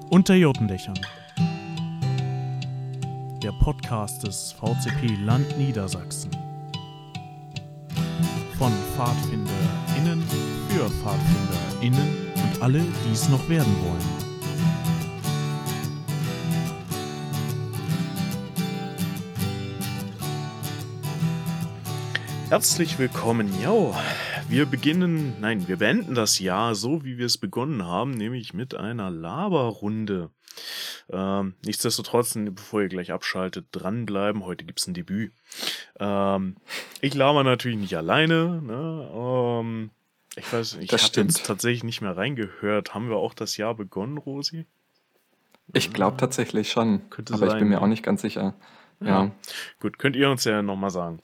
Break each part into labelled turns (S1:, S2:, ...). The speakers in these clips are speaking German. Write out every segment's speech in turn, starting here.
S1: Unter Jotendächern. Der Podcast des VCP Land Niedersachsen. Von PfadfinderInnen für PfadfinderInnen und alle, die es noch werden wollen. Herzlich willkommen. Ja, wir beenden das Jahr so, wie wir es begonnen haben, nämlich mit einer Laberrunde. Nichtsdestotrotz, bevor ihr gleich abschaltet, dranbleiben. Heute gibt es ein Debüt. Ich laber natürlich nicht alleine. Ne? Ich weiß, ich habe jetzt tatsächlich nicht mehr reingehört. Haben wir auch das Jahr begonnen, Rosi?
S2: Ich glaube tatsächlich schon, aber ich bin mir auch nicht ganz sicher. Ja.
S1: Gut, könnt ihr uns ja nochmal sagen.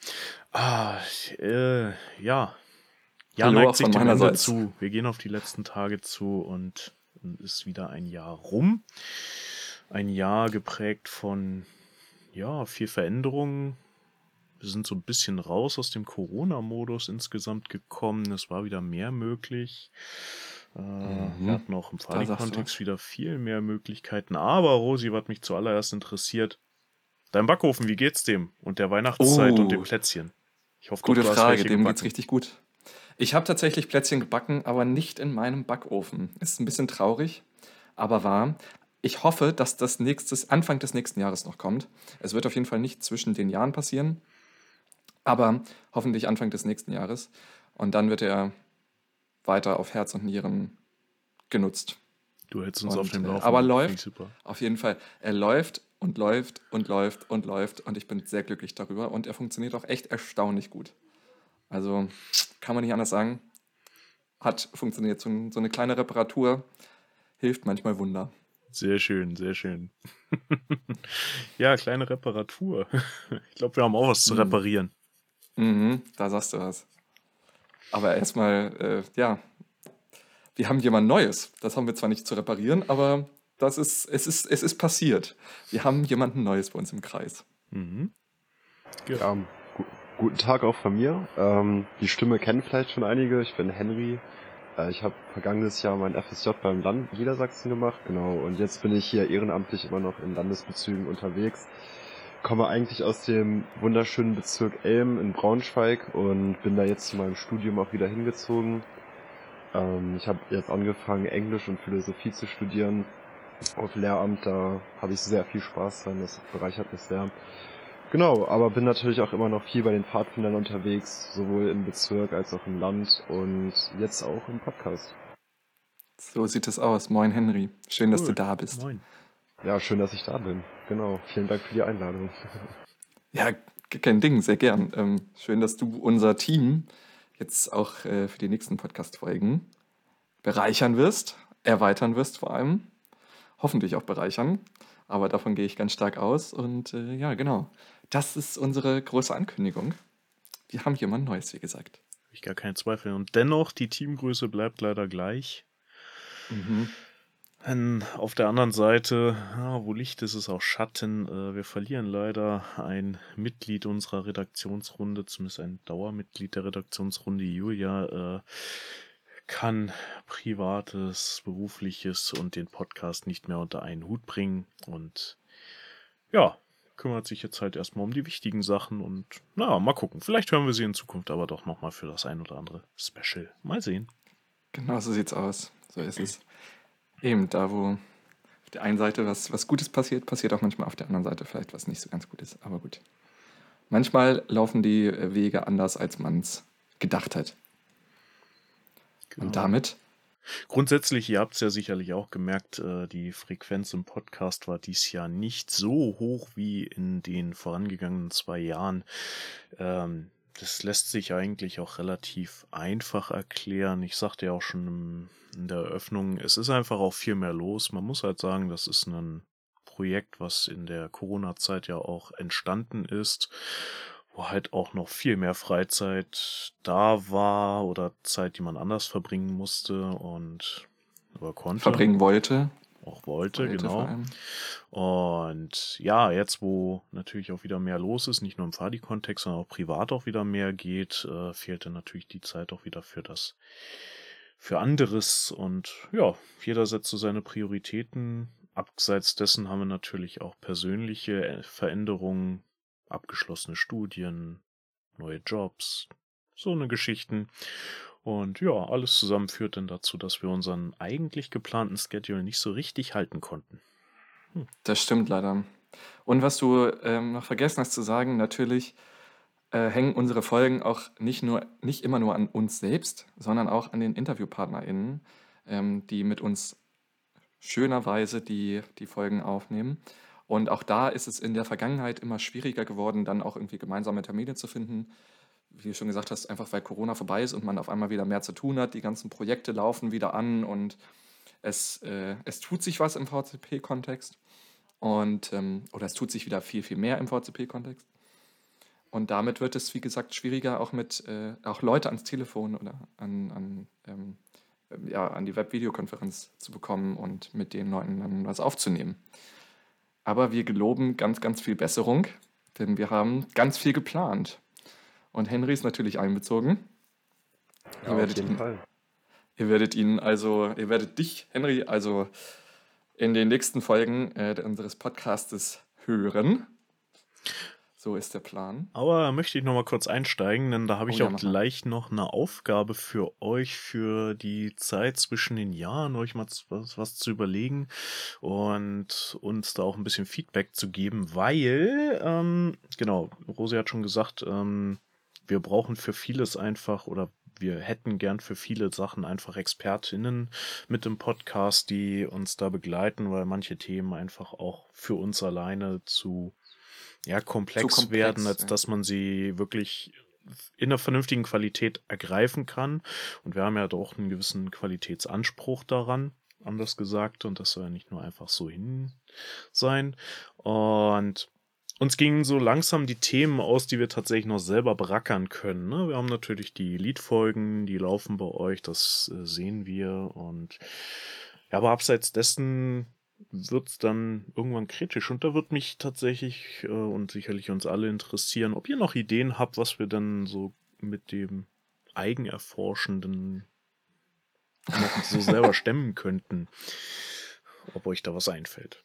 S1: Ja,
S2: Hallo
S1: neigt sich
S2: auch von
S1: dem Ende
S2: meinerseits.
S1: zu. Wir gehen auf die letzten Tage zu und ist wieder ein Jahr rum. Ein Jahr geprägt von, viel Veränderungen. Wir sind so ein bisschen raus aus dem Corona-Modus insgesamt gekommen. Es war wieder mehr möglich. Wir hatten auch im Fadi-Kontext wieder viel mehr Möglichkeiten. Aber Rosi, was mich zuallererst interessiert, dein Backofen, wie geht's dem? Und der Weihnachtszeit und dem Plätzchen? Ich hoffe,
S2: gute Frage, dem geht's richtig gut. Ich habe tatsächlich Plätzchen gebacken, aber nicht in meinem Backofen. Ist ein bisschen traurig, aber wahr. Ich hoffe, dass das Anfang des nächsten Jahres noch kommt. Es wird auf jeden Fall nicht zwischen den Jahren passieren, aber hoffentlich Anfang des nächsten Jahres. Und dann wird er weiter auf Herz und Nieren genutzt.
S1: Du hältst uns auf dem Laufenden.
S2: Aber läuft, super. Auf jeden Fall. Er läuft und läuft und läuft und läuft und ich bin sehr glücklich darüber und er funktioniert auch echt erstaunlich gut. Also kann man nicht anders sagen. Hat funktioniert. So eine kleine Reparatur hilft manchmal Wunder.
S1: Sehr schön, sehr schön. Ja, kleine Reparatur. Ich glaube, wir haben auch was zu reparieren.
S2: Da sagst du was. Aber erstmal, wir haben jemand Neues. Das haben wir zwar nicht zu reparieren, aber es ist passiert. Wir haben jemanden Neues bei uns im Kreis.
S3: Ja, guten Tag auch von mir. Die Stimme kennen vielleicht schon einige. Ich bin Henry. Ich habe vergangenes Jahr mein FSJ beim Land Niedersachsen gemacht, genau. Und jetzt bin ich hier ehrenamtlich immer noch in Landesbezügen unterwegs. Komme eigentlich aus dem wunderschönen Bezirk Elm in Braunschweig und bin da jetzt zu meinem Studium auch wieder hingezogen. Ich habe jetzt angefangen, Englisch und Philosophie zu studieren auf Lehramt. Da habe ich sehr viel Spaß dran, das bereichert mich sehr. Genau, aber bin natürlich auch immer noch viel bei den Pfadfindern unterwegs, sowohl im Bezirk als auch im Land und jetzt auch im Podcast.
S2: So sieht es aus. Moin Henry, schön, dass du da bist.
S1: Moin.
S3: Ja, schön, dass ich da bin. Genau, vielen Dank für die Einladung.
S2: Ja, kein Ding, sehr gern. Schön, dass du unser Team jetzt auch für die nächsten Podcast-Folgen bereichern wirst, erweitern wirst vor allem. Hoffentlich auch bereichern, aber davon gehe ich ganz stark aus. Und ja, genau, das ist unsere große Ankündigung. Wir haben jemand Neues, wie gesagt.
S1: Habe ich gar keinen Zweifel. Und dennoch, die Teamgröße bleibt leider gleich. Auf der anderen Seite, wo Licht ist, ist auch Schatten. Wir verlieren leider ein Mitglied unserer Redaktionsrunde, zumindest ein Dauermitglied der Redaktionsrunde. Julia kann Privates, Berufliches und den Podcast nicht mehr unter einen Hut bringen. Und kümmert sich jetzt halt erstmal um die wichtigen Sachen. Und mal gucken. Vielleicht hören wir sie in Zukunft aber doch nochmal für das ein oder andere Special. Mal sehen.
S2: Genau, so sieht's aus. So ist es. Eben, da wo auf der einen Seite was Gutes passiert, passiert auch manchmal auf der anderen Seite vielleicht was nicht so ganz Gutes. Aber gut. Manchmal laufen die Wege anders, als man es gedacht hat. Genau. Und damit?
S1: Grundsätzlich, ihr habt es ja sicherlich auch gemerkt, die Frequenz im Podcast war dieses Jahr nicht so hoch wie in den vorangegangenen 2 Jahren. Das lässt sich eigentlich auch relativ einfach erklären. Ich sagte ja auch schon in der Eröffnung, es ist einfach auch viel mehr los. Man muss halt sagen, das ist ein Projekt, was in der Corona-Zeit ja auch entstanden ist, wo halt auch noch viel mehr Freizeit da war oder Zeit, die man anders verbringen musste oder konnte.
S2: Verbringen wollte.
S1: Auch wollte, genau. Und ja, jetzt wo natürlich auch wieder mehr los ist, nicht nur im Fadi-Kontext, sondern auch privat auch wieder mehr geht, fehlte natürlich die Zeit auch wieder für anderes. Und ja, jeder setzt so seine Prioritäten abseits dessen haben wir natürlich auch persönliche Veränderungen, abgeschlossene Studien, neue Jobs, so eine Geschichten. Und ja, alles zusammen führt dann dazu, dass wir unseren eigentlich geplanten Schedule nicht so richtig halten konnten.
S2: Das stimmt leider. Und was du noch vergessen hast zu sagen, natürlich hängen unsere Folgen auch nicht immer nur an uns selbst, sondern auch an den InterviewpartnerInnen, die mit uns schönerweise die Folgen aufnehmen. Und auch da ist es in der Vergangenheit immer schwieriger geworden, dann auch irgendwie gemeinsame Termine zu finden. Wie du schon gesagt hast, einfach weil Corona vorbei ist und man auf einmal wieder mehr zu tun hat. Die ganzen Projekte laufen wieder an und es tut sich was im VCP-Kontext. Oder es tut sich wieder viel, viel mehr im VCP-Kontext. Und damit wird es, wie gesagt, schwieriger, auch Leute ans Telefon oder an die Webvideokonferenz zu bekommen und mit den Leuten dann was aufzunehmen. Aber wir geloben ganz, ganz viel Besserung, denn wir haben ganz viel geplant. Und Henry ist natürlich einbezogen.
S3: Ja, auf jeden Fall.
S2: Ihr werdet dich, Henry, also in den nächsten Folgen unseres Podcastes hören. So ist der Plan.
S1: Aber möchte ich noch mal kurz einsteigen, denn da habe ich
S2: ja,
S1: auch
S2: mach mal.
S1: gleich noch eine Aufgabe für euch für die Zeit zwischen den Jahren, euch mal was zu überlegen und uns da auch ein bisschen Feedback zu geben, weil, genau, Rosi hat schon gesagt, wir brauchen für vieles einfach oder wir hätten gern für viele Sachen einfach ExpertInnen mit dem Podcast, die uns da begleiten, weil manche Themen einfach auch für uns alleine zu komplex werden, als dass man sie wirklich in einer vernünftigen Qualität ergreifen kann. Und wir haben ja doch einen gewissen Qualitätsanspruch daran, anders gesagt. Und das soll ja nicht nur einfach so hin sein. Und uns gingen so langsam die Themen aus, die wir tatsächlich noch selber berackern können. Ne? Wir haben natürlich die Liedfolgen, die laufen bei euch, das sehen wir. Und ja, aber abseits dessen wird es dann irgendwann kritisch. Und da wird mich tatsächlich und sicherlich uns alle interessieren, ob ihr noch Ideen habt, was wir dann so mit dem Eigenerforschenden noch so selber stemmen könnten. Ob euch da was einfällt.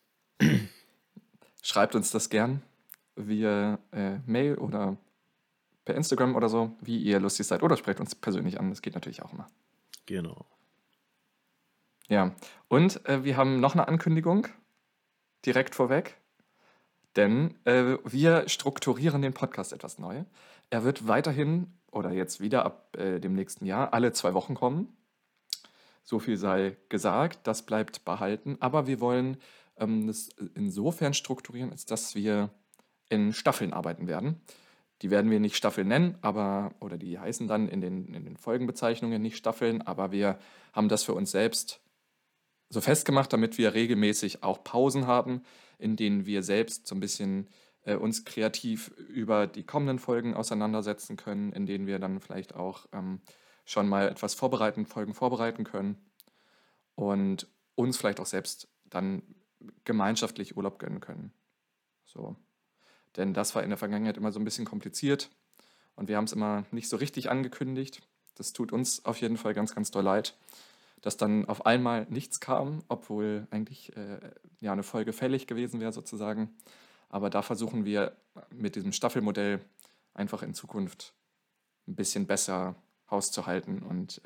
S2: Schreibt uns das gern via Mail oder per Instagram oder so, wie ihr lustig seid. Oder sprecht uns persönlich an, das geht natürlich auch immer.
S1: Genau.
S2: Ja, und wir haben noch eine Ankündigung direkt vorweg, denn wir strukturieren den Podcast etwas neu. Er wird weiterhin oder jetzt wieder ab dem nächsten Jahr alle 2 Wochen kommen. So viel sei gesagt, das bleibt behalten. Aber wir wollen das insofern strukturieren, als dass wir in Staffeln arbeiten werden. Die werden wir nicht Staffeln nennen, oder die heißen dann in den Folgenbezeichnungen nicht Staffeln, aber wir haben das für uns selbst so festgemacht, damit wir regelmäßig auch Pausen haben, in denen wir selbst so ein bisschen uns kreativ über die kommenden Folgen auseinandersetzen können, in denen wir dann vielleicht auch schon mal etwas Folgen vorbereiten können und uns vielleicht auch selbst dann gemeinschaftlich Urlaub gönnen können. So. Denn das war in der Vergangenheit immer so ein bisschen kompliziert und wir haben es immer nicht so richtig angekündigt. Das tut uns auf jeden Fall ganz, ganz doll leid, dass dann auf einmal nichts kam, obwohl eigentlich eine Folge fällig gewesen wäre sozusagen. Aber da versuchen wir mit diesem Staffelmodell einfach in Zukunft ein bisschen besser auszuhalten und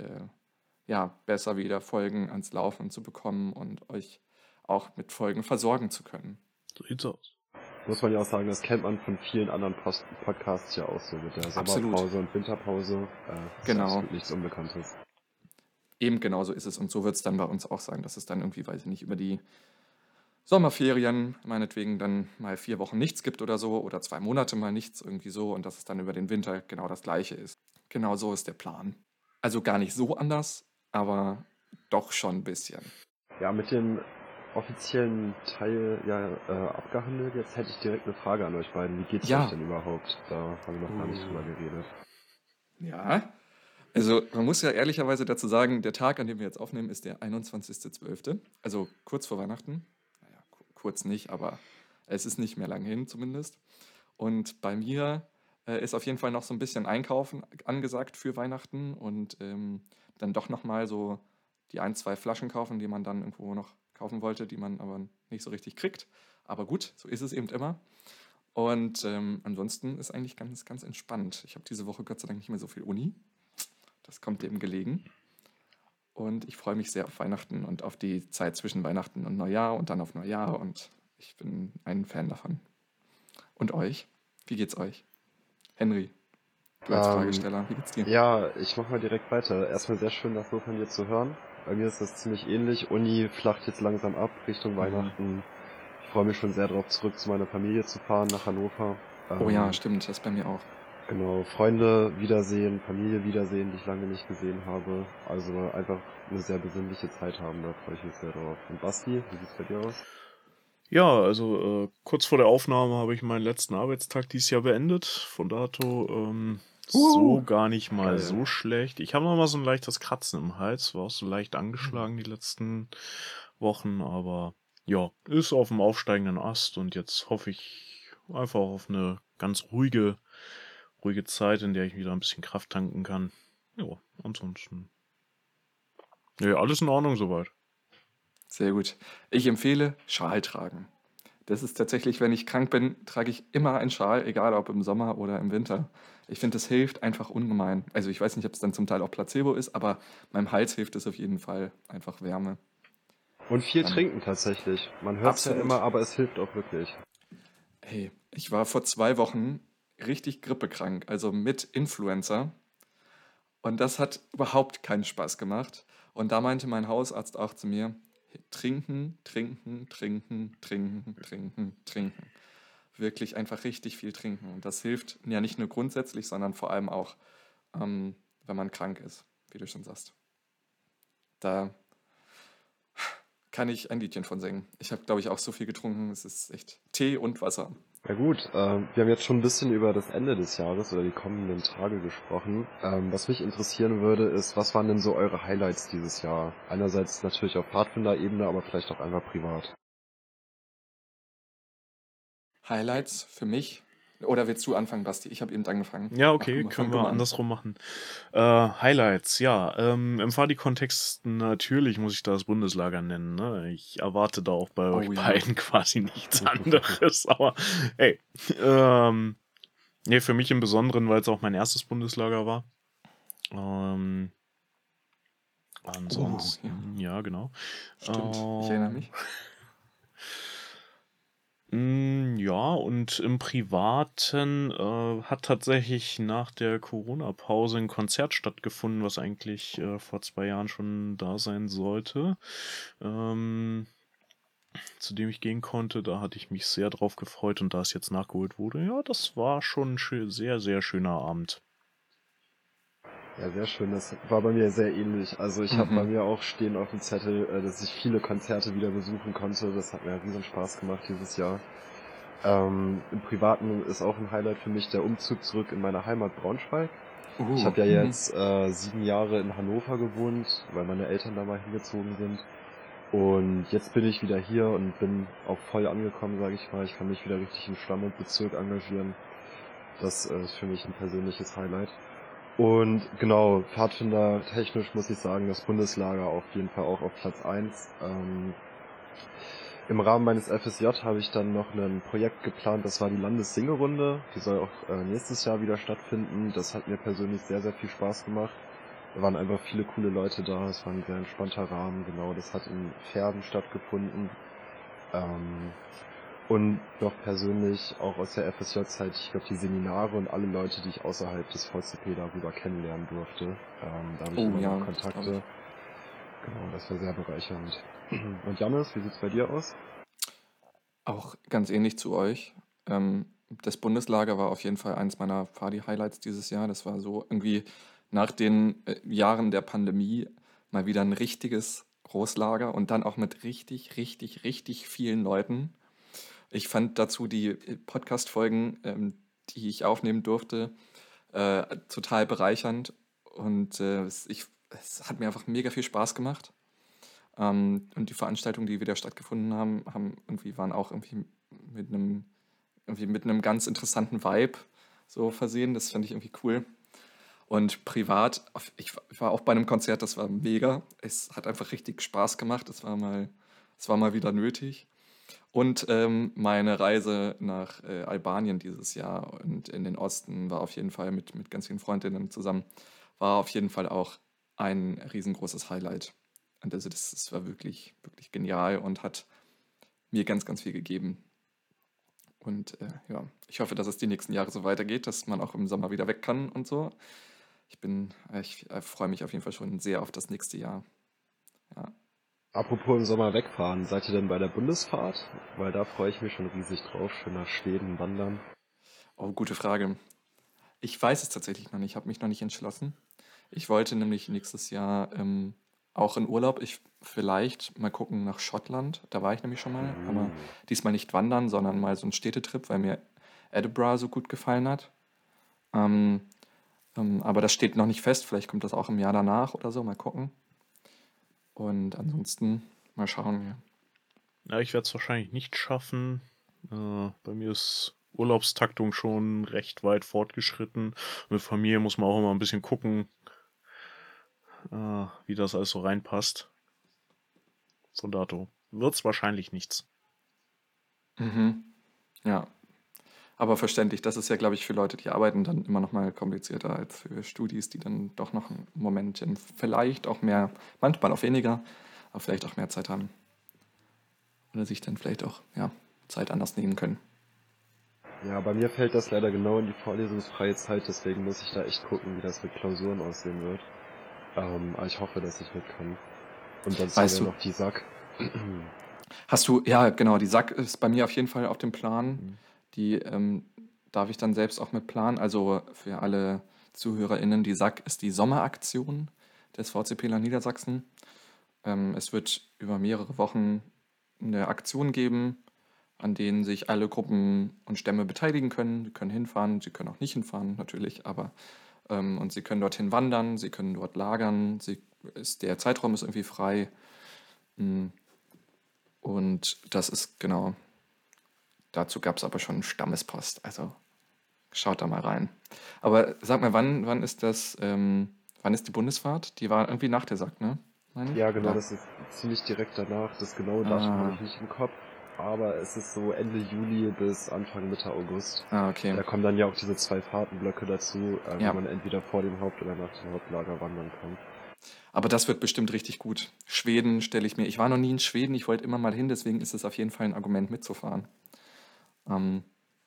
S2: besser wieder Folgen ans Laufen zu bekommen und euch auch mit Folgen versorgen zu können.
S1: So sieht's aus.
S3: Muss man ja auch sagen, das kennt man von vielen anderen Podcasts ja auch so mit der Sommerpause und Winterpause.
S2: Genau.
S3: Ist absolut nichts Unbekanntes.
S2: Eben genauso ist es und so wird es dann bei uns auch sein, dass es dann irgendwie, weiß ich nicht, über die Sommerferien meinetwegen dann mal 4 Wochen nichts gibt oder so oder 2 Monate mal nichts irgendwie so und dass es dann über den Winter genau das Gleiche ist. Genau so ist der Plan. Also gar nicht so anders, aber doch schon ein bisschen.
S3: Ja, mit dem offiziellen Teil abgehandelt. Jetzt hätte ich direkt eine Frage an euch beiden. Wie geht's euch denn überhaupt? Da haben wir noch gar nicht drüber geredet.
S2: Ja, also man muss ja ehrlicherweise dazu sagen, der Tag, an dem wir jetzt aufnehmen, ist der 21.12., also kurz vor Weihnachten. Naja, kurz nicht, aber es ist nicht mehr lang hin zumindest. Und bei mir ist auf jeden Fall noch so ein bisschen Einkaufen angesagt für Weihnachten und dann doch nochmal so die 1, 2 Flaschen kaufen, die man dann irgendwo noch kaufen wollte, die man aber nicht so richtig kriegt. Aber gut, so ist es eben immer. Und ansonsten ist eigentlich ganz, ganz entspannt. Ich habe diese Woche Gott sei Dank nicht mehr so viel Uni. Das kommt dem gelegen. Und ich freue mich sehr auf Weihnachten und auf die Zeit zwischen Weihnachten und Neujahr und dann auf Neujahr. Und ich bin ein Fan davon. Und euch? Wie geht's euch? Henry, du als Fragesteller, wie geht's dir?
S3: Ja, ich mache mal direkt weiter. Erstmal sehr schön, das so von dir zu hören. Bei mir ist das ziemlich ähnlich. Uni flacht jetzt langsam ab Richtung Weihnachten. Ich freue mich schon sehr darauf, zurück zu meiner Familie zu fahren, nach Hannover.
S2: Oh ja, stimmt, das ist bei mir auch.
S3: Genau, Freunde wiedersehen, Familie wiedersehen, die ich lange nicht gesehen habe. Also einfach eine sehr besinnliche Zeit haben, da freue ich mich sehr drauf. Und Basti, wie sieht's bei dir aus?
S1: Ja, also kurz vor der Aufnahme habe ich meinen letzten Arbeitstag dieses Jahr beendet. Von dato so gar nicht mal
S3: Geil.
S1: so schlecht. Ich habe noch mal so ein leichtes Kratzen im Hals, war auch so leicht angeschlagen die letzten Wochen, aber ja, ist auf dem aufsteigenden Ast und jetzt hoffe ich einfach auf eine ganz ruhige Zeit, in der ich wieder ein bisschen Kraft tanken kann. Ja, ansonsten. Ja, alles in Ordnung soweit.
S2: Sehr gut. Ich empfehle Schal tragen. Das ist tatsächlich, wenn ich krank bin, trage ich immer einen Schal, egal ob im Sommer oder im Winter. Ich finde, das hilft einfach ungemein. Also ich weiß nicht, ob es dann zum Teil auch Placebo ist, aber meinem Hals hilft es auf jeden Fall einfach Wärme.
S3: Und viel
S2: Dann-
S3: trinken tatsächlich. Man hört es ja
S2: Absolut.
S3: immer, aber es hilft auch wirklich.
S2: Hey, ich war vor 2 Wochen richtig grippekrank, also mit Influenza. Und das hat überhaupt keinen Spaß gemacht. Und da meinte mein Hausarzt auch zu mir, trinken, trinken, trinken, trinken, trinken, trinken. Wirklich einfach richtig viel trinken. Und das hilft ja nicht nur grundsätzlich, sondern vor allem auch, wenn man krank ist, wie du schon sagst. Da kann ich ein Liedchen von singen. Ich habe, glaube ich, auch so viel getrunken. Es ist echt Tee und Wasser.
S3: Ja gut, wir haben jetzt schon ein bisschen über das Ende des Jahres oder die kommenden Tage gesprochen. Was mich interessieren würde, ist, was waren denn so eure Highlights dieses Jahr? Einerseits natürlich auf Pfadfinder-Ebene, aber vielleicht auch einfach privat.
S2: Highlights für mich. Oder willst du anfangen, Basti? Ich habe eben angefangen.
S1: Ja,
S2: Mach
S1: okay,
S2: du mal,
S1: können
S2: fang du
S1: wir
S2: mal an.
S1: andersrum machen. Highlights, ja. Im Fadi-Kontext natürlich muss ich da das Bundeslager nennen. Ne? Ich erwarte da auch bei euch
S2: ja.
S1: beiden quasi nichts anderes. Aber hey, nee, für mich im Besonderen, weil es auch mein erstes Bundeslager war. Ansonsten, ja, genau.
S2: Stimmt, ich erinnere mich.
S1: Ja, und im Privaten hat tatsächlich nach der Corona-Pause ein Konzert stattgefunden, was eigentlich vor 2 Jahren schon da sein sollte, zu dem ich gehen konnte. Da hatte ich mich sehr drauf gefreut und da es jetzt nachgeholt wurde, ja, das war schon ein sehr, sehr schöner Abend.
S3: Ja, sehr schön. Das war bei mir sehr ähnlich. Also ich habe bei mir auch stehen auf dem Zettel, dass ich viele Konzerte wieder besuchen konnte. Das hat mir riesen Spaß gemacht dieses Jahr. Im Privaten ist auch ein Highlight für mich der Umzug zurück in meine Heimat Braunschweig. Ich habe ja jetzt 7 Jahre in Hannover gewohnt, weil meine Eltern da mal hingezogen sind. Und jetzt bin ich wieder hier und bin auch voll angekommen, sage ich mal. Ich kann mich wieder richtig im Stamm- und Bezirk engagieren. Das ist für mich ein persönliches Highlight. Und genau, Pfadfinder technisch muss ich sagen, das Bundeslager auf jeden Fall auch auf Platz 1. Im Rahmen meines FSJ habe ich dann noch ein Projekt geplant, das war die Landessingerunde. Die soll auch nächstes Jahr wieder stattfinden. Das hat mir persönlich sehr, sehr viel Spaß gemacht. Da waren einfach viele coole Leute da, es war ein sehr entspannter Rahmen, genau, das hat in Pferden stattgefunden. Und noch persönlich auch aus der FSJ-Zeit, ich glaube die Seminare und alle Leute, die ich außerhalb des VCP darüber kennenlernen durfte. Da habe ich immer noch Kontakte. Genau, das war sehr bereichernd. Und Jannis, wie sieht's bei dir aus?
S2: Auch ganz ähnlich zu euch. Das Bundeslager war auf jeden Fall eins meiner Party-Highlights dieses Jahr. Das war so irgendwie nach den Jahren der Pandemie mal wieder ein richtiges Großlager und dann auch mit richtig, richtig, richtig vielen Leuten. Ich fand dazu die Podcast-Folgen, die ich aufnehmen durfte, total bereichernd und es hat mir einfach mega viel Spaß gemacht. Und die Veranstaltungen, die wieder stattgefunden haben waren auch irgendwie mit einem ganz interessanten Vibe so versehen. Das fand ich irgendwie cool. Und privat, ich war auch bei einem Konzert, das war mega. Es hat einfach richtig Spaß gemacht. Es war mal Es war mal wieder nötig. Und meine Reise nach Albanien dieses Jahr und in den Osten war auf jeden Fall mit ganz vielen Freundinnen zusammen, war auf jeden Fall auch ein riesengroßes Highlight. Und also das war wirklich, wirklich genial und hat mir ganz, ganz viel gegeben. Und ja, ich hoffe, dass es die nächsten Jahre so weitergeht, dass man auch im Sommer wieder weg kann und so. Ich freue mich auf jeden Fall schon sehr auf das nächste Jahr. Ja.
S3: Apropos im Sommer wegfahren, seid ihr denn bei der Bundesfahrt? Weil da freue ich mich schon riesig drauf, schön nach Schweden wandern.
S2: Oh, gute Frage. Ich weiß es tatsächlich noch nicht, habe mich noch nicht entschlossen. Ich wollte nämlich nächstes Jahr auch in Urlaub, vielleicht mal gucken nach Schottland. Da war ich nämlich schon mal, aber diesmal nicht wandern, sondern mal so einen Städtetrip, weil mir Edinburgh so gut gefallen hat. Ähm, aber das steht noch nicht fest, vielleicht kommt das auch im Jahr danach oder so, mal gucken. Und ansonsten mal schauen. Ja.
S1: Ja, ich werde es wahrscheinlich nicht schaffen. Bei mir ist Urlaubstaktung schon recht weit fortgeschritten. Mit Familie muss man auch immer ein bisschen gucken, wie das alles so reinpasst. Von dato wird es wahrscheinlich nichts.
S2: Mhm. Ja, aber verständlich, das ist ja, glaube ich, für Leute, die arbeiten, dann immer noch mal komplizierter als für Studis, die dann doch noch ein Momentchen, vielleicht auch mehr, manchmal auch weniger, aber vielleicht auch mehr Zeit haben. Oder sich dann vielleicht auch ja, Zeit anders nehmen können.
S3: Ja, bei mir fällt das leider genau in die vorlesungsfreie Zeit, deswegen muss ich da echt gucken, wie das mit Klausuren aussehen wird. Aber ich hoffe, dass ich mit kann. Und sonst haben
S2: Weißt
S3: wir
S2: du,
S3: noch die SAK.
S2: hast du, ja genau, die SAK ist bei mir auf jeden Fall auf dem Plan. Die darf ich dann selbst auch mit planen. Also für alle ZuhörerInnen, die SAK ist die Sommeraktion des VCPler Niedersachsen. Es wird über mehrere Wochen eine Aktion geben, an denen sich alle Gruppen und Stämme beteiligen können. Sie können hinfahren, sie können auch nicht hinfahren, natürlich, aber und sie können dorthin wandern, sie können dort lagern, der Zeitraum ist irgendwie frei. Mm, Und das ist genau, dazu gab es aber schon einen Stammespost, also schaut da mal rein. Aber sag mal, wann ist wann ist die Bundesfahrt? Die war irgendwie nach der SAK, ne? Meine ich?
S3: Ja, genau,
S2: Oder?
S3: das ist ziemlich direkt danach. Das genaue Datum habe
S2: Ah,
S3: ich nicht im Kopf, aber es ist so Ende Juli bis Anfang Mitte August.
S2: okay.
S3: Da kommen dann ja auch diese 2 Fahrtenblöcke dazu, wo
S2: Ja,
S3: man entweder vor dem Haupt- oder nach dem Hauptlager wandern kann.
S2: aber das wird bestimmt richtig gut. Schweden stelle ich mir. Ich war noch nie in Schweden, ich wollte immer mal hin, deswegen ist es auf jeden Fall ein Argument mitzufahren. Ähm,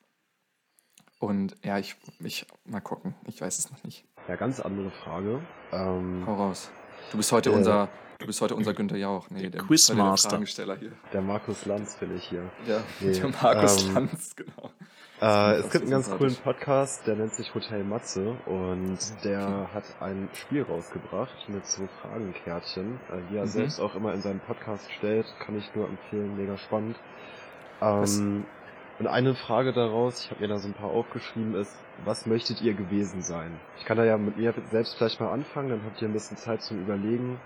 S2: und ja, ich mal gucken. Ich weiß es noch nicht.
S3: Ja, ganz andere Frage.
S2: Hau raus. Du bist heute
S3: Der,
S2: unser Günther Jauch. Nee,
S1: Der
S2: du bist heute der
S1: Quizmaster.
S2: Fragensteller hier.
S3: der Markus Lanz bin ich hier.
S2: Der,
S3: Nee,
S2: der Markus Lanz, genau. Das klingt
S3: es
S2: fast
S3: gibt
S2: so
S3: einen ganz coolen
S2: sympathisch.
S3: Podcast, der nennt sich Hotel Matze und
S2: Okay.
S3: der hat ein Spiel rausgebracht mit so Fragenkärtchen, die er
S2: Mhm.
S3: selbst auch immer in seinem Podcast stellt. Kann ich nur empfehlen, mega spannend.
S2: Was?
S3: Und eine Frage daraus, ich habe mir da so ein paar aufgeschrieben, ist, was möchtet ihr gewesen sein? Ich kann da ja mit mir selbst vielleicht mal anfangen, dann habt ihr ein bisschen Zeit zum Überlegen.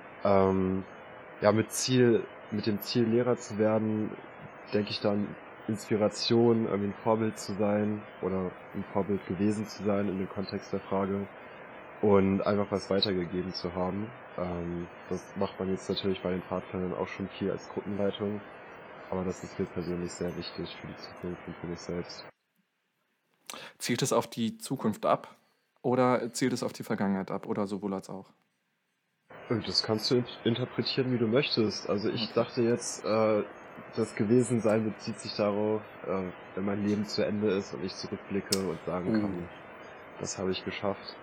S3: Ja, mit dem Ziel Lehrer zu werden, denke ich dann Inspiration, irgendwie ein Vorbild zu sein oder ein Vorbild gewesen zu sein in dem Kontext der Frage und einfach was weitergegeben zu haben. Das macht man jetzt natürlich bei den Pfadfindern auch schon viel als Gruppenleitung, aber das ist mir persönlich sehr wichtig für die Zukunft und für mich selbst.
S2: Zielt es auf die Zukunft ab oder zielt es auf die Vergangenheit ab oder sowohl als auch?
S3: Und das kannst du interpretieren, wie du möchtest. Also ich
S2: Okay.
S3: dachte jetzt, das Gewesensein bezieht sich darauf, wenn mein Leben zu Ende ist und ich zurückblicke und sagen kann, das habe ich geschafft.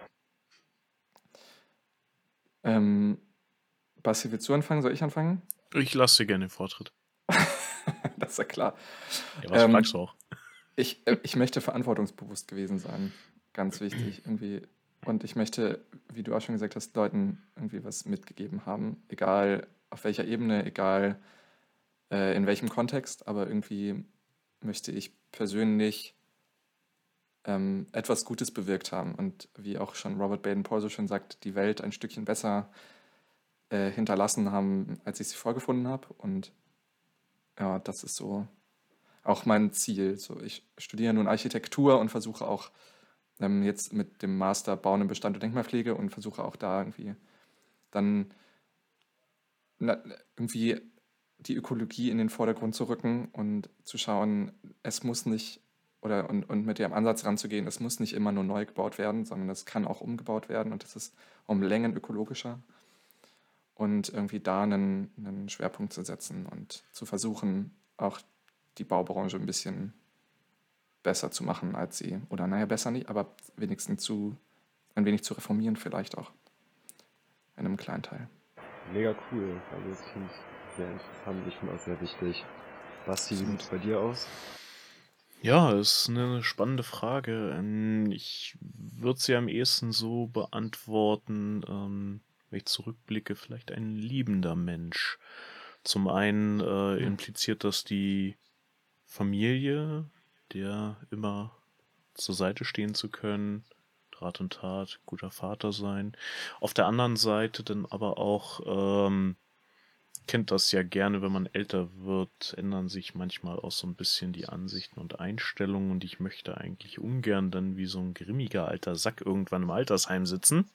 S2: Ähm, Basti, willst du anfangen? Soll ich anfangen?
S1: Ich lasse dir gerne den Vortritt.
S2: Das ist ja klar.
S1: Ja, was fragst du
S2: Ähm,
S1: auch?
S2: ich möchte verantwortungsbewusst gewesen sein. Ganz wichtig irgendwie. Und ich möchte, wie du auch schon gesagt hast, Leuten irgendwie was mitgegeben haben. Egal auf welcher Ebene, egal in welchem Kontext, aber irgendwie möchte ich persönlich etwas Gutes bewirkt haben. Und wie auch schon Robert Baden-Powell so schön sagt, die Welt ein Stückchen besser hinterlassen haben, als ich sie vorgefunden habe. Und ja, das ist so auch mein Ziel. So, ich studiere nun Architektur und versuche auch jetzt mit dem Master Bauen im Bestand und Denkmalpflege und versuche auch da irgendwie dann irgendwie die Ökologie in den Vordergrund zu rücken und zu schauen, es muss nicht, und mit dem Ansatz ranzugehen, es muss nicht immer nur neu gebaut werden, sondern es kann auch umgebaut werden und es ist um Längen ökologischer. Und irgendwie da einen Schwerpunkt zu setzen und zu versuchen, auch die Baubranche ein bisschen besser zu machen als sie, oder naja, besser nicht, aber wenigstens ein wenig zu reformieren vielleicht auch, in einem kleinen Teil.
S3: Mega cool. Also das klingt sehr interessant. Ich finde auch sehr wichtig. Basti, wie
S2: Absolut.
S3: sieht's bei dir aus?
S1: Ja, ist eine spannende Frage. Ich würde sie am ehesten so beantworten, wenn ich zurückblicke, vielleicht ein liebender Mensch. Zum einen impliziert das die Familie, der immer zur Seite stehen zu können, Rat und Tat, guter Vater sein. Auf der anderen Seite dann aber auch, kennt das ja gerne, wenn man älter wird, ändern sich manchmal auch so ein bisschen die Ansichten und Einstellungen und ich möchte eigentlich ungern dann wie so ein grimmiger alter Sack irgendwann im Altersheim sitzen,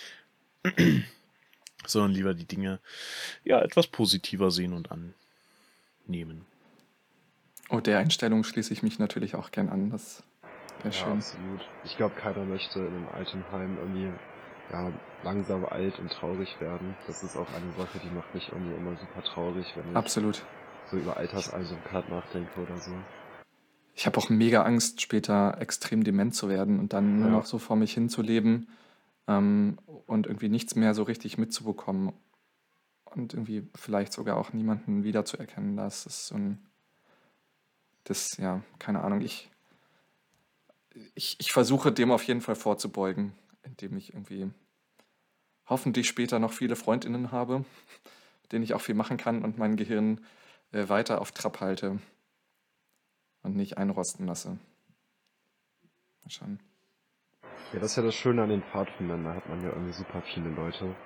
S1: sondern lieber die Dinge ja etwas positiver sehen und annehmen.
S2: Oh, der Einstellung schließe ich mich natürlich auch gern an. Das wäre
S3: Ja,
S2: schön.
S3: absolut. Ich glaube, keiner möchte in einem Altenheim irgendwie langsam alt und traurig werden. Das ist auch eine Sache, die macht mich irgendwie immer super traurig, wenn ich
S2: Absolut.
S3: so über Alterseinsamkeit nachdenke oder so.
S2: Ich habe auch mega Angst, später extrem dement zu werden und dann nur
S3: Ja.
S2: noch so vor mich hinzuleben, und irgendwie nichts mehr so richtig mitzubekommen und irgendwie vielleicht sogar auch niemanden wiederzuerkennen. Das ist so ja, keine Ahnung. Ich versuche dem auf jeden Fall vorzubeugen, indem ich irgendwie hoffentlich später noch viele FreundInnen habe, mit denen ich auch viel machen kann und mein Gehirn weiter auf Trab halte und nicht einrosten lasse. Mal schauen.
S3: Ja, das ist ja das Schöne an den Pfadfindern, da hat man ja irgendwie super viele Leute.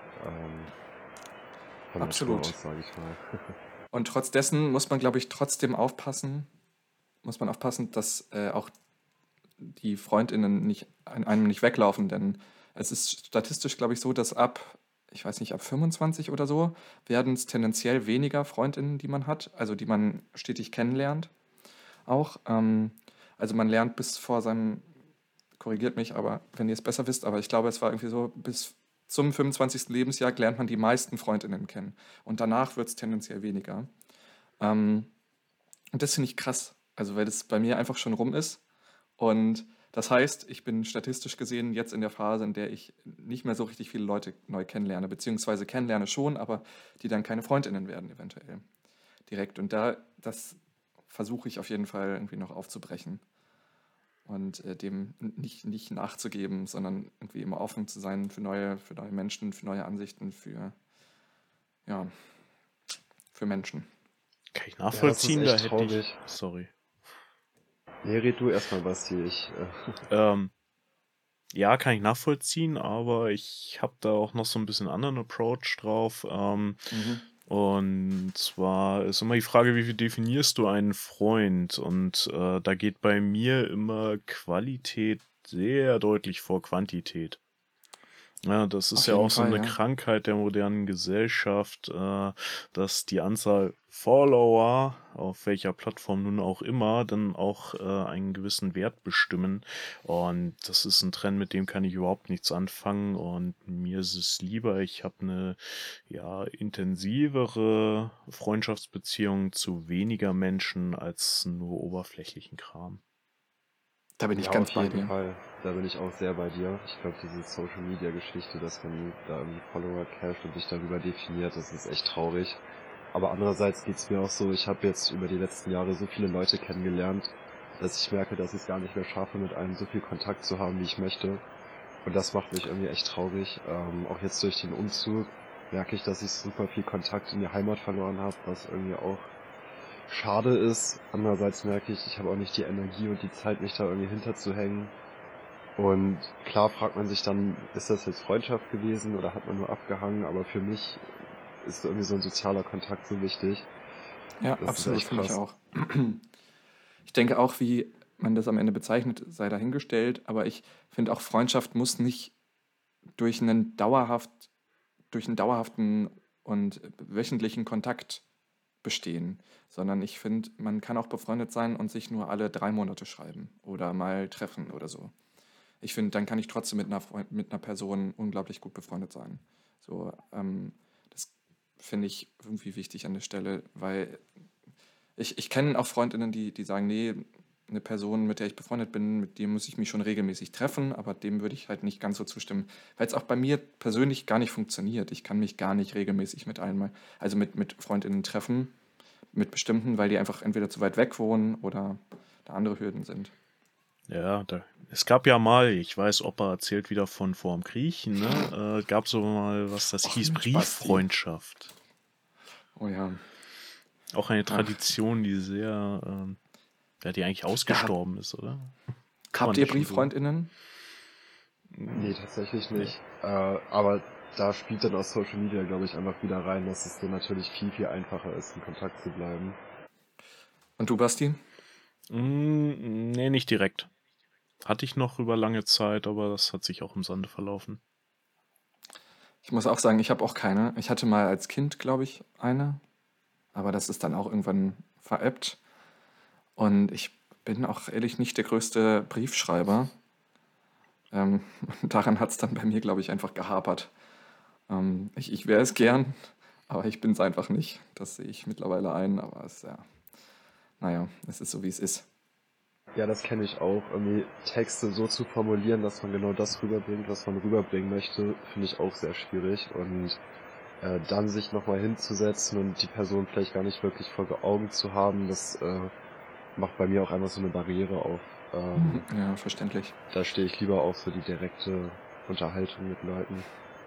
S3: Von
S2: Absolut.
S3: Natur aus, sage ich mal.
S2: Und trotz dessen muss man, glaube ich, trotzdem aufpassen, dass auch die FreundInnen einem nicht weglaufen, denn es ist statistisch, glaube ich, so, dass ich weiß nicht, ab 25 oder so, werden es tendenziell weniger FreundInnen, die man hat, also die man stetig kennenlernt auch. Also man lernt bis vor seinem, korrigiert mich, aber wenn ihr es besser wisst, aber ich glaube, es war irgendwie so, bis zum 25. Lebensjahr lernt man die meisten FreundInnen kennen. Und danach wird es tendenziell weniger. Und das finde ich krass, also weil das bei mir einfach schon rum ist. Und das heißt, ich bin statistisch gesehen jetzt in der Phase, in der ich nicht mehr so richtig viele Leute neu kennenlerne, beziehungsweise kennenlerne schon, aber die dann keine FreundInnen werden eventuell direkt. Und das versuche ich auf jeden Fall irgendwie noch aufzubrechen und dem nicht nachzugeben, sondern irgendwie immer offen zu sein für neue Menschen, für neue Ansichten, für Menschen.
S1: Kann ich nachvollziehen,
S3: ja,
S1: da
S3: das ist echt
S1: hätte ich...
S3: traurig.
S1: Sorry.
S3: Nee, red du erstmal, Basti.
S1: Ja, kann ich nachvollziehen, aber ich habe da auch noch so ein bisschen anderen Approach drauf. Und zwar ist immer die Frage, wie viel definierst du einen Freund? Und da geht bei mir immer Qualität sehr deutlich vor Quantität. Ja, das ist
S2: Auf
S1: ja
S2: jeden
S1: auch so
S2: Fall,
S1: eine
S2: ja.
S1: Krankheit der modernen Gesellschaft, dass die Anzahl Follower, auf welcher Plattform nun auch immer, dann auch einen gewissen Wert bestimmen. Und das ist ein Trend, mit dem kann ich überhaupt nichts anfangen. Und mir ist es lieber, ich habe eine intensivere Freundschaftsbeziehung zu weniger Menschen als nur oberflächlichen Kram.
S2: Da bin ich
S3: Ja,
S2: ganz
S3: auf
S2: bei
S3: jeden
S2: dir.
S3: Fall. Da bin ich auch sehr bei dir. Ich glaube, diese Social Media Geschichte, dass man da irgendwie Follower casht und sich darüber definiert, das ist echt traurig. Aber andererseits geht's mir auch so, ich habe jetzt über die letzten Jahre so viele Leute kennengelernt, dass ich merke, dass ich es gar nicht mehr schaffe, mit allen so viel Kontakt zu haben, wie ich möchte. Und das macht mich irgendwie echt traurig. Auch jetzt durch den Umzug merke ich, dass ich super viel Kontakt in die Heimat verloren habe, was irgendwie auch schade ist. Andererseits merke ich, ich habe auch nicht die Energie und die Zeit, mich da irgendwie hinterzuhängen. Und klar fragt man sich dann, ist das jetzt Freundschaft gewesen oder hat man nur abgehangen? Aber für mich ist irgendwie so ein sozialer Kontakt so wichtig.
S2: Ja,
S3: Das ist
S2: absolut,
S3: echt
S2: finde ich
S3: krass.
S2: auch. Ich denke auch, wie man das am Ende bezeichnet, sei dahingestellt, aber ich finde auch, Freundschaft muss nicht durch einen dauerhaften und wöchentlichen Kontakt bestehen, sondern ich finde, man kann auch befreundet sein und sich nur alle 3 Monate schreiben oder mal treffen oder so. Ich finde, dann kann ich trotzdem mit einer Person unglaublich gut befreundet sein. So, das finde ich irgendwie wichtig an der Stelle, weil ich kenne auch Freundinnen, die sagen, nee, eine Person, mit der ich befreundet bin, mit dem muss ich mich schon regelmäßig treffen, aber dem würde ich halt nicht ganz so zustimmen, weil es auch bei mir persönlich gar nicht funktioniert. Ich kann mich gar nicht regelmäßig also mit Freundinnen treffen, mit bestimmten, weil die einfach entweder zu weit weg wohnen oder da andere Hürden sind.
S1: Ja, es gab ja mal, ich weiß, Opa erzählt wieder von vorm Griechen, ne? Gab so mal, was das
S2: Och
S1: hieß,
S2: Mensch, Basti.
S1: Brieffreundschaft.
S2: Oh ja.
S1: Auch eine
S2: Ach,
S1: Tradition, die sehr, die eigentlich
S2: ja,
S1: ausgestorben ist, oder? Kann
S2: habt
S1: man
S2: ihr
S1: das schon so?
S2: Brieffreundinnen?
S3: Nee, tatsächlich
S1: Nee.
S3: nicht. Aber da spielt dann auch Social Media, glaube ich, einfach wieder rein, dass es dann natürlich viel, viel einfacher ist, in Kontakt zu bleiben.
S2: Und du, Basti?
S1: Nee, nicht direkt. Hatte ich noch über lange Zeit, aber das hat sich auch im Sande verlaufen.
S2: Ich muss auch sagen, ich habe auch keine. Ich hatte mal als Kind, glaube ich, eine, aber das ist dann auch irgendwann verebbt. Und ich bin auch ehrlich nicht der größte Briefschreiber. Und daran hat es dann bei mir, glaube ich, einfach gehapert. Ich wäre es gern, aber ich bin es einfach nicht. Das sehe ich mittlerweile ein, aber es, ja, naja, es ist so, wie es ist.
S3: Ja, das kenne ich auch. Irgendwie Texte so zu formulieren, dass man genau das rüberbringt, was man rüberbringen möchte, finde ich auch sehr schwierig. Und dann sich nochmal hinzusetzen und die Person vielleicht gar nicht wirklich vor Augen zu haben, das macht bei mir auch einfach so eine Barriere auf.
S2: Ja, verständlich.
S3: Da stehe ich lieber auf so die direkte Unterhaltung mit Leuten.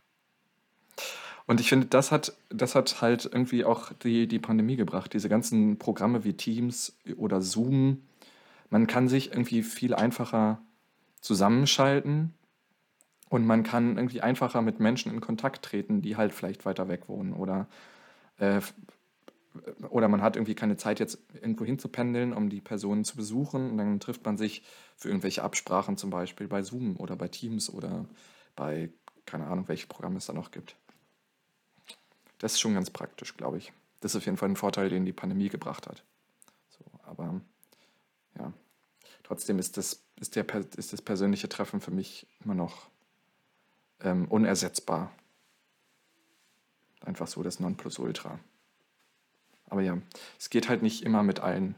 S2: Und ich finde, das hat halt irgendwie auch die Pandemie gebracht. Diese ganzen Programme wie Teams oder Zoom. Man kann sich irgendwie viel einfacher zusammenschalten und man kann irgendwie einfacher mit Menschen in Kontakt treten, die halt vielleicht weiter weg wohnen äh, oder man hat irgendwie keine Zeit, jetzt irgendwo hinzupendeln, um die Personen zu besuchen. Und dann trifft man sich für irgendwelche Absprachen, zum Beispiel bei Zoom oder bei Teams oder bei, keine Ahnung, welche Programme es da noch gibt. Das ist schon ganz praktisch, glaube ich. Das ist auf jeden Fall ein Vorteil, den die Pandemie gebracht hat. So, aber ja, trotzdem ist das persönliche Treffen für mich immer noch unersetzbar. Einfach so das Nonplusultra. Aber ja, es geht halt nicht immer mit allen.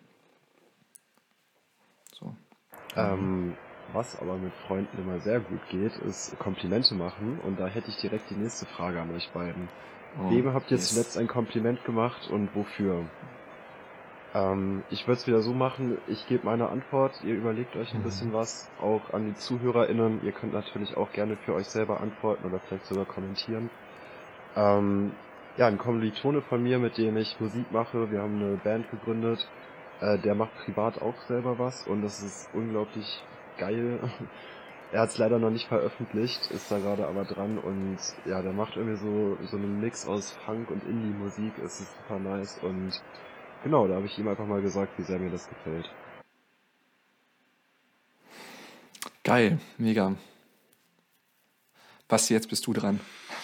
S2: So.
S3: Was aber mit Freunden immer sehr gut geht, ist Komplimente machen. Und da hätte ich direkt die nächste Frage an euch beiden.
S2: Oh,
S3: Wem habt ihr
S2: yes.
S3: zuletzt ein Kompliment gemacht und wofür? Ich würde es wieder so machen, ich gebe meine Antwort, ihr überlegt euch ein bisschen was, auch an die ZuhörerInnen. Ihr könnt natürlich auch gerne für euch selber antworten oder vielleicht sogar kommentieren. Ja, ein Kommilitone von mir, mit dem ich Musik mache, wir haben eine Band gegründet, der macht privat auch selber was und das ist unglaublich geil. Er hat es leider noch nicht veröffentlicht, ist da gerade aber dran und ja, der macht irgendwie so einen Mix aus Funk und Indie-Musik, es ist super nice und genau, da habe ich ihm einfach mal gesagt, wie sehr mir das gefällt.
S2: Geil, mega. Basti, jetzt bist du dran.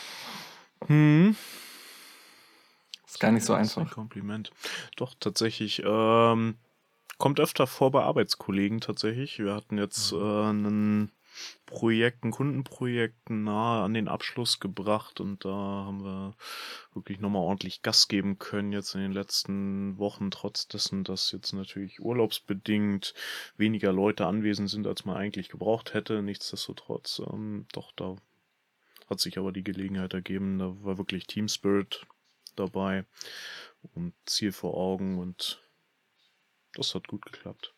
S2: Ist gar nicht so
S1: Das ist ein
S2: einfach.
S1: Kompliment. Doch, tatsächlich. Kommt öfter vor bei Arbeitskollegen tatsächlich. Wir hatten jetzt ein Kundenprojekt nahe an den Abschluss gebracht und da haben wir wirklich nochmal ordentlich Gas geben können jetzt in den letzten Wochen, trotz dessen, dass jetzt natürlich urlaubsbedingt weniger Leute anwesend sind, als man eigentlich gebraucht hätte. Nichtsdestotrotz, doch, da hat sich aber die Gelegenheit ergeben, da war wirklich Team Spirit dabei und Ziel vor Augen und das hat gut geklappt.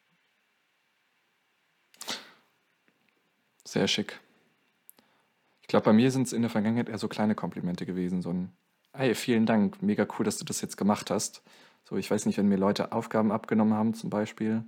S2: Sehr schick. Ich glaube, bei mir sind es in der Vergangenheit eher so kleine Komplimente gewesen. So ein, hey, vielen Dank, mega cool, dass du das jetzt gemacht hast. So, ich weiß nicht, wenn mir Leute Aufgaben abgenommen haben zum Beispiel,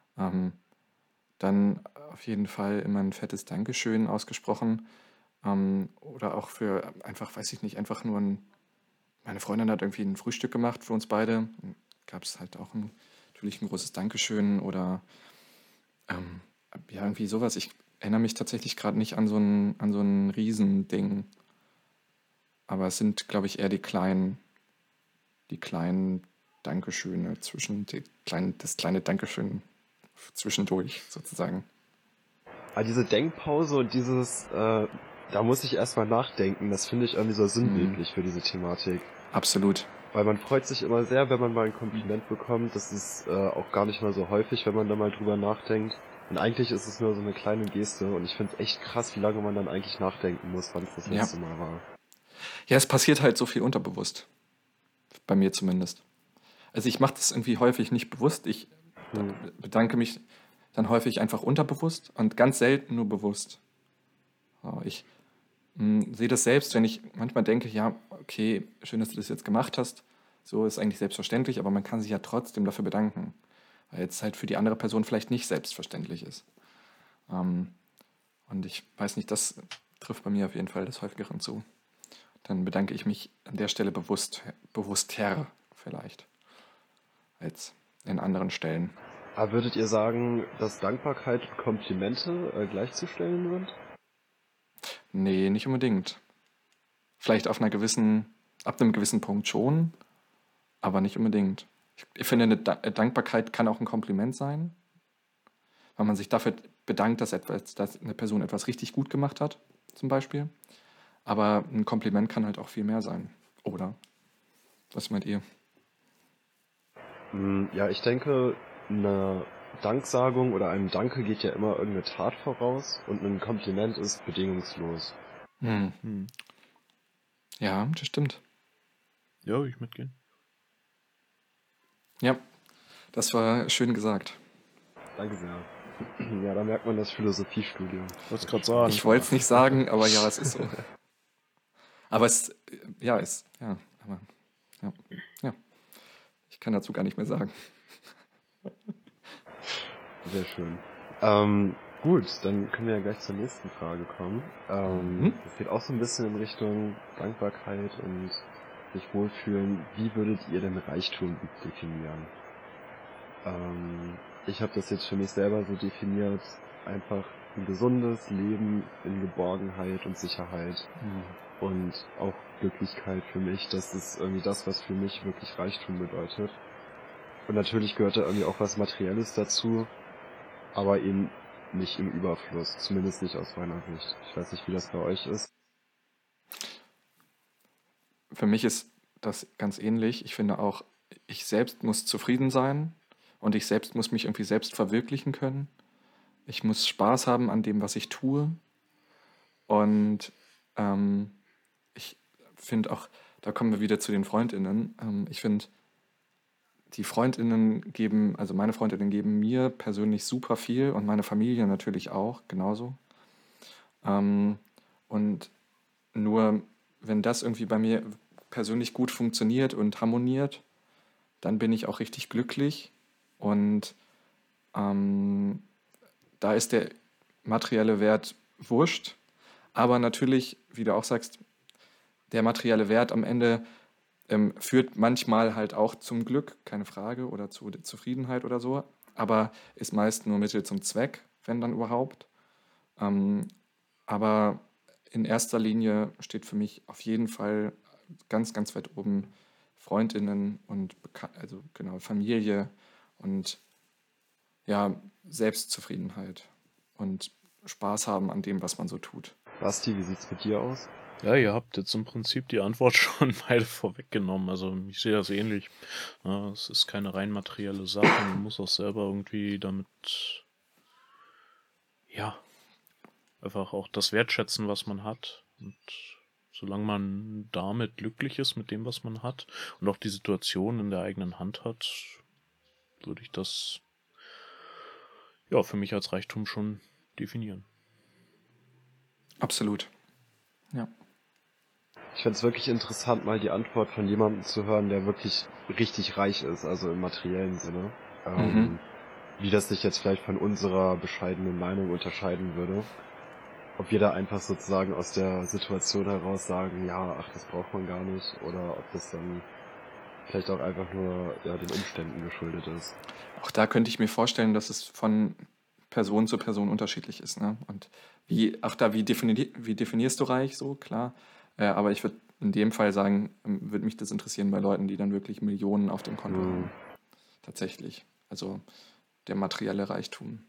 S2: dann auf jeden Fall immer ein fettes Dankeschön ausgesprochen. Oder auch für einfach, weiß ich nicht, einfach nur meine Freundin hat irgendwie ein Frühstück gemacht für uns beide. Gab es halt auch natürlich ein großes Dankeschön oder ja, irgendwie sowas. Ich erinnere mich tatsächlich gerade nicht an so ein Riesending. Aber es sind, glaube ich, eher die kleinen die kleinen Dankeschöne das kleine Dankeschön zwischendurch sozusagen.
S3: Aber diese Denkpause und da muss ich erstmal nachdenken, das finde ich irgendwie so sinnbildlich für diese Thematik.
S2: Absolut.
S3: Weil man freut sich immer sehr, wenn man mal ein Kompliment bekommt. Das ist auch gar nicht mal so häufig, wenn man da mal drüber nachdenkt. Und eigentlich ist es nur so eine kleine Geste und ich finde es echt krass, wie lange man dann eigentlich nachdenken muss, wann es das letzte Mal war.
S2: Ja, es passiert halt so viel unterbewusst. Bei mir zumindest. Also ich mache das irgendwie häufig nicht bewusst. Ich bedanke mich dann häufig einfach unterbewusst und ganz selten nur bewusst. Ich sehe das selbst, wenn ich manchmal denke, ja, okay, schön, dass du das jetzt gemacht hast. So ist eigentlich selbstverständlich, aber man kann sich ja trotzdem dafür bedanken. Weil jetzt halt für die andere Person vielleicht nicht selbstverständlich ist. Und ich weiß nicht, das trifft bei mir auf jeden Fall des Häufigeren zu. Dann bedanke ich mich an der Stelle bewusster vielleicht als in anderen Stellen.
S3: Aber würdet ihr sagen, dass Dankbarkeit und Komplimente gleichzustellen sind?
S2: Nee, nicht unbedingt. Vielleicht ab einem gewissen Punkt schon, aber nicht unbedingt. Ich finde, eine Dankbarkeit kann auch ein Kompliment sein, weil man sich dafür bedankt, dass eine Person etwas richtig gut gemacht hat, zum Beispiel. Aber ein Kompliment kann halt auch viel mehr sein, oder? Was meint ihr?
S3: Ja, ich denke, eine Danksagung oder einem Danke geht ja immer irgendeine Tat voraus und ein Kompliment ist bedingungslos.
S2: Ja, das stimmt.
S1: Ja, würde ich mitgehen.
S2: Ja, das war schön gesagt.
S3: Danke sehr. Ja, da merkt man das Philosophiestudium.
S1: Ich wollte es gerade sagen.
S2: Ich wollte es nicht sagen, aber ja, es ist so. Aber ja. Ich kann dazu gar nicht mehr sagen.
S3: Sehr schön. Gut, dann können wir ja gleich zur nächsten Frage kommen. Das geht auch so ein bisschen in Richtung Dankbarkeit und sich wohlfühlen. Wie würdet ihr denn Reichtum definieren? Ich habe das jetzt für mich selber so definiert, einfach ein gesundes Leben in Geborgenheit und Sicherheit und auch Glücklichkeit für mich. Das ist irgendwie das, was für mich wirklich Reichtum bedeutet. Und natürlich gehört da irgendwie auch was Materielles dazu, aber eben nicht im Überfluss, zumindest nicht aus meiner Sicht. Ich weiß nicht, wie das bei euch ist.
S2: Für mich ist das ganz ähnlich. Ich finde auch, ich selbst muss zufrieden sein und ich selbst muss mich irgendwie selbst verwirklichen können. Ich muss Spaß haben an dem, was ich tue. Und ich finde auch, da kommen wir wieder zu den FreundInnen. Ich finde, meine Freundinnen geben mir persönlich super viel und meine Familie natürlich auch, genauso. Und nur wenn das irgendwie bei mir persönlich gut funktioniert und harmoniert, dann bin ich auch richtig glücklich. Und da ist der materielle Wert wurscht. Aber natürlich, wie du auch sagst, der materielle Wert am Ende führt manchmal halt auch zum Glück, keine Frage, oder zu Zufriedenheit oder so, aber ist meist nur Mittel zum Zweck, wenn dann überhaupt. Aber in erster Linie steht für mich auf jeden Fall ganz, ganz weit oben FreundInnen und also genau Familie und ja, Selbstzufriedenheit und Spaß haben an dem, was man so tut.
S3: Basti, wie sieht's mit dir aus?
S1: Ja, ihr habt jetzt im Prinzip die Antwort schon beide vorweggenommen. Also ich sehe das ähnlich. Ja, es ist keine rein materielle Sache. Man muss auch selber irgendwie damit, ja, einfach auch das wertschätzen, was man hat. Und solange man damit glücklich ist mit dem, was man hat und auch die Situation in der eigenen Hand hat, würde ich das ja für mich als Reichtum schon definieren.
S2: Absolut. Ja.
S3: Ich fände es wirklich interessant, mal die Antwort von jemandem zu hören, der wirklich richtig reich ist, also im materiellen Sinne. Wie das sich jetzt vielleicht von unserer bescheidenen Meinung unterscheiden würde. Ob wir da einfach sozusagen aus der Situation heraus sagen, ja, ach, das braucht man gar nicht, oder ob das dann vielleicht auch einfach nur den Umständen geschuldet ist.
S2: Auch da könnte ich mir vorstellen, dass es von Person zu Person unterschiedlich ist. Ne? Und wie definierst du reich so, klar. Aber ich würde in dem Fall sagen, würde mich das interessieren bei Leuten, die dann wirklich Millionen auf dem Konto haben. Tatsächlich. Also der materielle Reichtum.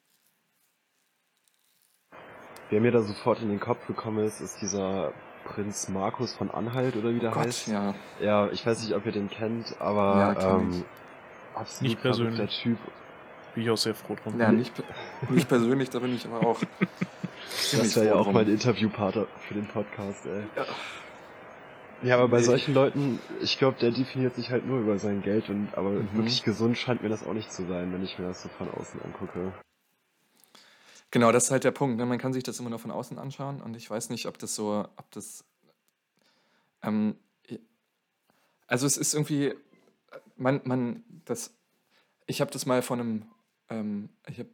S3: Wer mir da sofort in den Kopf gekommen ist, ist dieser Prinz Markus von Anhalt oder wie der heißt.
S2: Ja.
S3: Ja, ich weiß nicht, ob ihr den kennt,
S2: Ja,
S3: aber
S2: kenn ich.
S3: absolut
S1: Nicht persönlich.
S3: verrückter Typ.
S1: Bin ich auch sehr froh drum.
S2: Ja, nicht persönlich, da bin ich aber auch
S3: Das wäre ja auch mein Interviewpartner für den Podcast, ey.
S2: Ja.
S3: Ja, aber bei solchen Leuten, ich glaube, der definiert sich halt nur über sein Geld aber wirklich gesund scheint mir das auch nicht zu sein, wenn ich mir das so von außen angucke.
S2: Genau, das ist halt der Punkt. Ne? Man kann sich das immer nur von außen anschauen und ich weiß nicht, also es ist irgendwie, ich habe das mal von einem,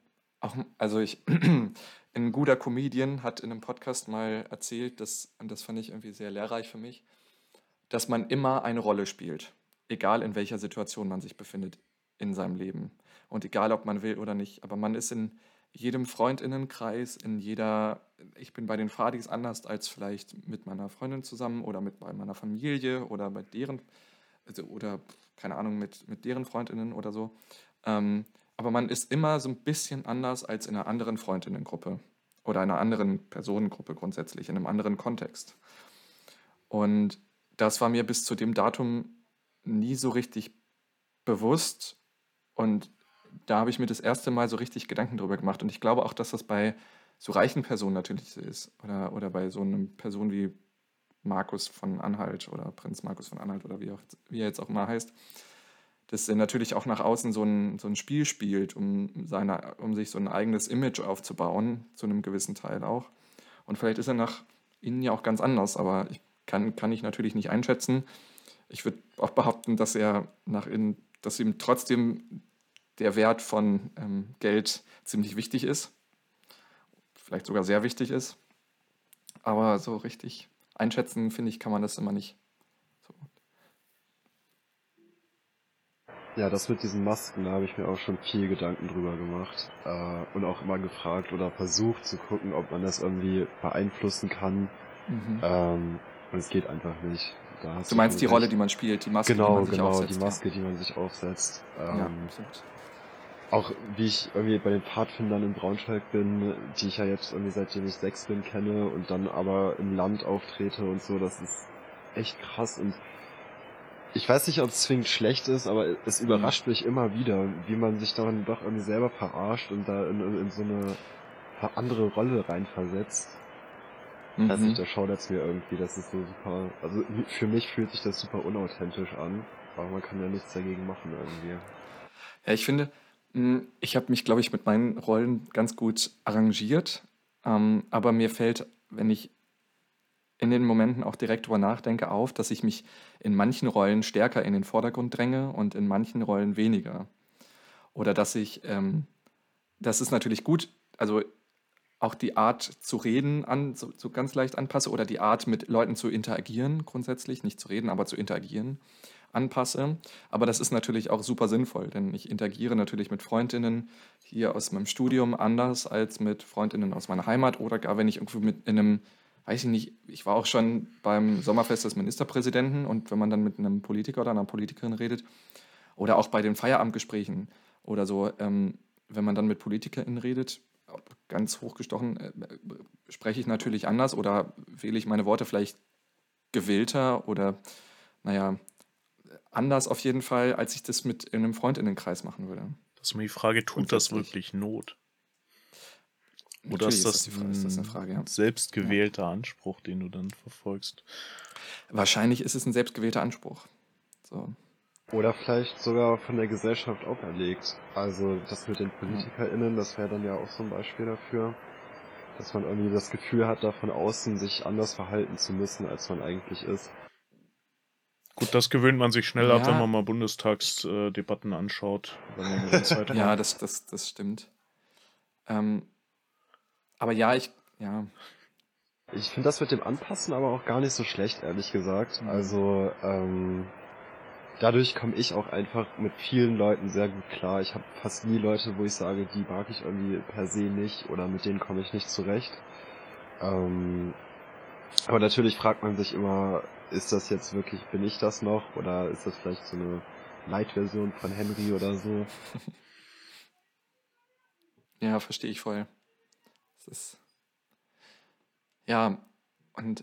S2: ein guter Comedian hat in einem Podcast mal erzählt, und das fand ich irgendwie sehr lehrreich für mich, dass man immer eine Rolle spielt, egal in welcher Situation man sich befindet in seinem Leben und egal, ob man will oder nicht, aber man ist in jedem Freundinnenkreis, ich bin bei den Fadis anders als vielleicht mit meiner Freundin zusammen oder bei meiner Familie oder bei deren, oder keine Ahnung, mit deren Freundinnen oder so. Aber man ist immer so ein bisschen anders als in einer anderen Freundinnengruppe oder einer anderen Personengruppe grundsätzlich, in einem anderen Kontext. Und das war mir bis zu dem Datum nie so richtig bewusst und da habe ich mir das erste Mal so richtig Gedanken drüber gemacht. Und ich glaube auch, dass das bei so reichen Personen natürlich so ist. Oder bei so einer Person wie Markus von Anhalt oder Prinz Markus von Anhalt oder wie er jetzt auch immer heißt, dass er natürlich auch nach außen so ein Spiel spielt, um sich so ein eigenes Image aufzubauen, zu einem gewissen Teil auch. Und vielleicht ist er nach innen ja auch ganz anders, aber kann ich natürlich nicht einschätzen. Ich würde auch behaupten, dass dass ihm trotzdem der Wert von Geld ziemlich wichtig ist, vielleicht sogar sehr wichtig ist, aber so richtig einschätzen, finde ich, kann man das immer nicht. So.
S3: Ja, das mit diesen Masken, da habe ich mir auch schon viel Gedanken drüber gemacht und auch immer gefragt oder versucht zu gucken, ob man das irgendwie beeinflussen kann. Und es geht einfach nicht.
S2: Du meinst die Rolle, die man spielt, die Maske, die man sich aufsetzt.
S3: Genau, die Maske, die man sich aufsetzt.
S2: Ja, absolut.
S3: Auch wie ich irgendwie bei den Pfadfindern in Braunschweig bin, die ich ja jetzt irgendwie seitdem ich 6 bin kenne und dann aber im Land auftrete und so, das ist echt krass und ich weiß nicht, ob es zwingend schlecht ist, aber es überrascht mich immer wieder, wie man sich daran doch irgendwie selber verarscht und da in so eine andere Rolle reinversetzt. Ich weiß nicht, da schaudert es mir irgendwie, das ist so super, also für mich fühlt sich das super unauthentisch an, aber man kann ja nichts dagegen machen irgendwie.
S2: Ja, ich finde, ich habe mich, glaube ich, mit meinen Rollen ganz gut arrangiert, aber mir fällt, wenn ich in den Momenten auch direkt drüber nachdenke, auf, dass ich mich in manchen Rollen stärker in den Vordergrund dränge und in manchen Rollen weniger. Oder das ist natürlich gut, also auch die Art zu reden so ganz leicht anpasse oder die Art mit Leuten zu interagieren grundsätzlich, nicht zu reden, aber zu interagieren, anpasse. Aber das ist natürlich auch super sinnvoll, denn ich interagiere natürlich mit Freundinnen hier aus meinem Studium anders als mit Freundinnen aus meiner Heimat oder gar wenn ich irgendwo in einem, weiß ich nicht, ich war auch schon beim Sommerfest des Ministerpräsidenten und wenn man dann mit einem Politiker oder einer Politikerin redet oder auch bei den Feierabendgesprächen oder so, wenn man dann mit PolitikerInnen redet, ganz hochgestochen, spreche ich natürlich anders oder wähle ich meine Worte vielleicht gewillter oder, naja, anders auf jeden Fall, als ich das mit in einem Freundinnenkreis machen würde.
S1: Das ist mir die Frage, tut das wirklich Not? Oder ist das eine Frage, ja. Selbstgewählter Anspruch, den du dann verfolgst?
S2: Wahrscheinlich ist es ein selbstgewählter Anspruch. So.
S3: Oder vielleicht sogar von der Gesellschaft auferlegt. Also das mit den PolitikerInnen, das wäre dann ja auch so ein Beispiel dafür, dass man irgendwie das Gefühl hat, da von außen sich anders verhalten zu müssen, als man eigentlich ist.
S1: Gut, das gewöhnt man sich schnell ab, wenn man mal Bundestagsdebatten anschaut.
S2: Ja, das stimmt. Aber ja, ich
S3: finde das mit dem Anpassen aber auch gar nicht so schlecht, ehrlich gesagt. Also dadurch komme ich auch einfach mit vielen Leuten sehr gut klar. Ich habe fast nie Leute, wo ich sage, die mag ich irgendwie per se nicht oder mit denen komme ich nicht zurecht. Aber natürlich fragt man sich immer, ist das jetzt wirklich, bin ich das noch? Oder ist das vielleicht so eine Light-Version von Henry oder so?
S2: Ja, verstehe ich voll. Es ist, ja, und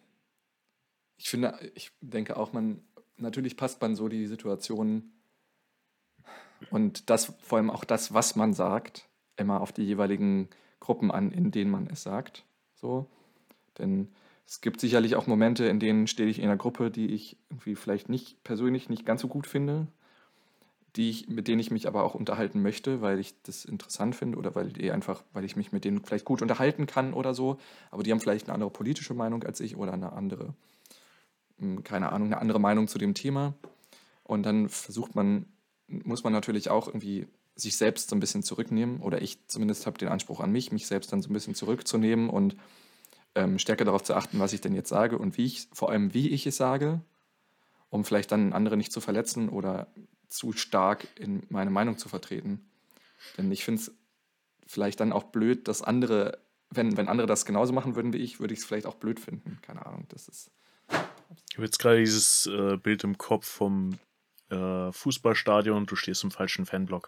S2: ich denke auch, natürlich passt man so die Situation und das, vor allem auch das, was man sagt, immer auf die jeweiligen Gruppen an, in denen man es sagt. So. Denn es gibt sicherlich auch Momente, in denen stehe ich in einer Gruppe, die ich irgendwie vielleicht nicht persönlich nicht ganz so gut finde, mit denen ich mich aber auch unterhalten möchte, weil ich das interessant finde oder weil ich mich mit denen vielleicht gut unterhalten kann oder so. Aber die haben vielleicht eine andere politische Meinung als ich oder eine andere, keine Ahnung, eine andere Meinung zu dem Thema. Und dann muss man natürlich auch irgendwie sich selbst so ein bisschen zurücknehmen, oder ich zumindest habe den Anspruch an mich selbst dann so ein bisschen zurückzunehmen und stärker darauf zu achten, was ich denn jetzt sage und vor allem wie ich es sage, um vielleicht dann andere nicht zu verletzen oder zu stark in meine Meinung zu vertreten. Denn ich finde es vielleicht dann auch blöd, dass andere, wenn andere das genauso machen würden wie ich, würde ich es vielleicht auch blöd finden. Keine Ahnung, das ist...
S1: Ich habe jetzt gerade dieses Bild im Kopf vom Fußballstadion und du stehst im falschen Fanblock.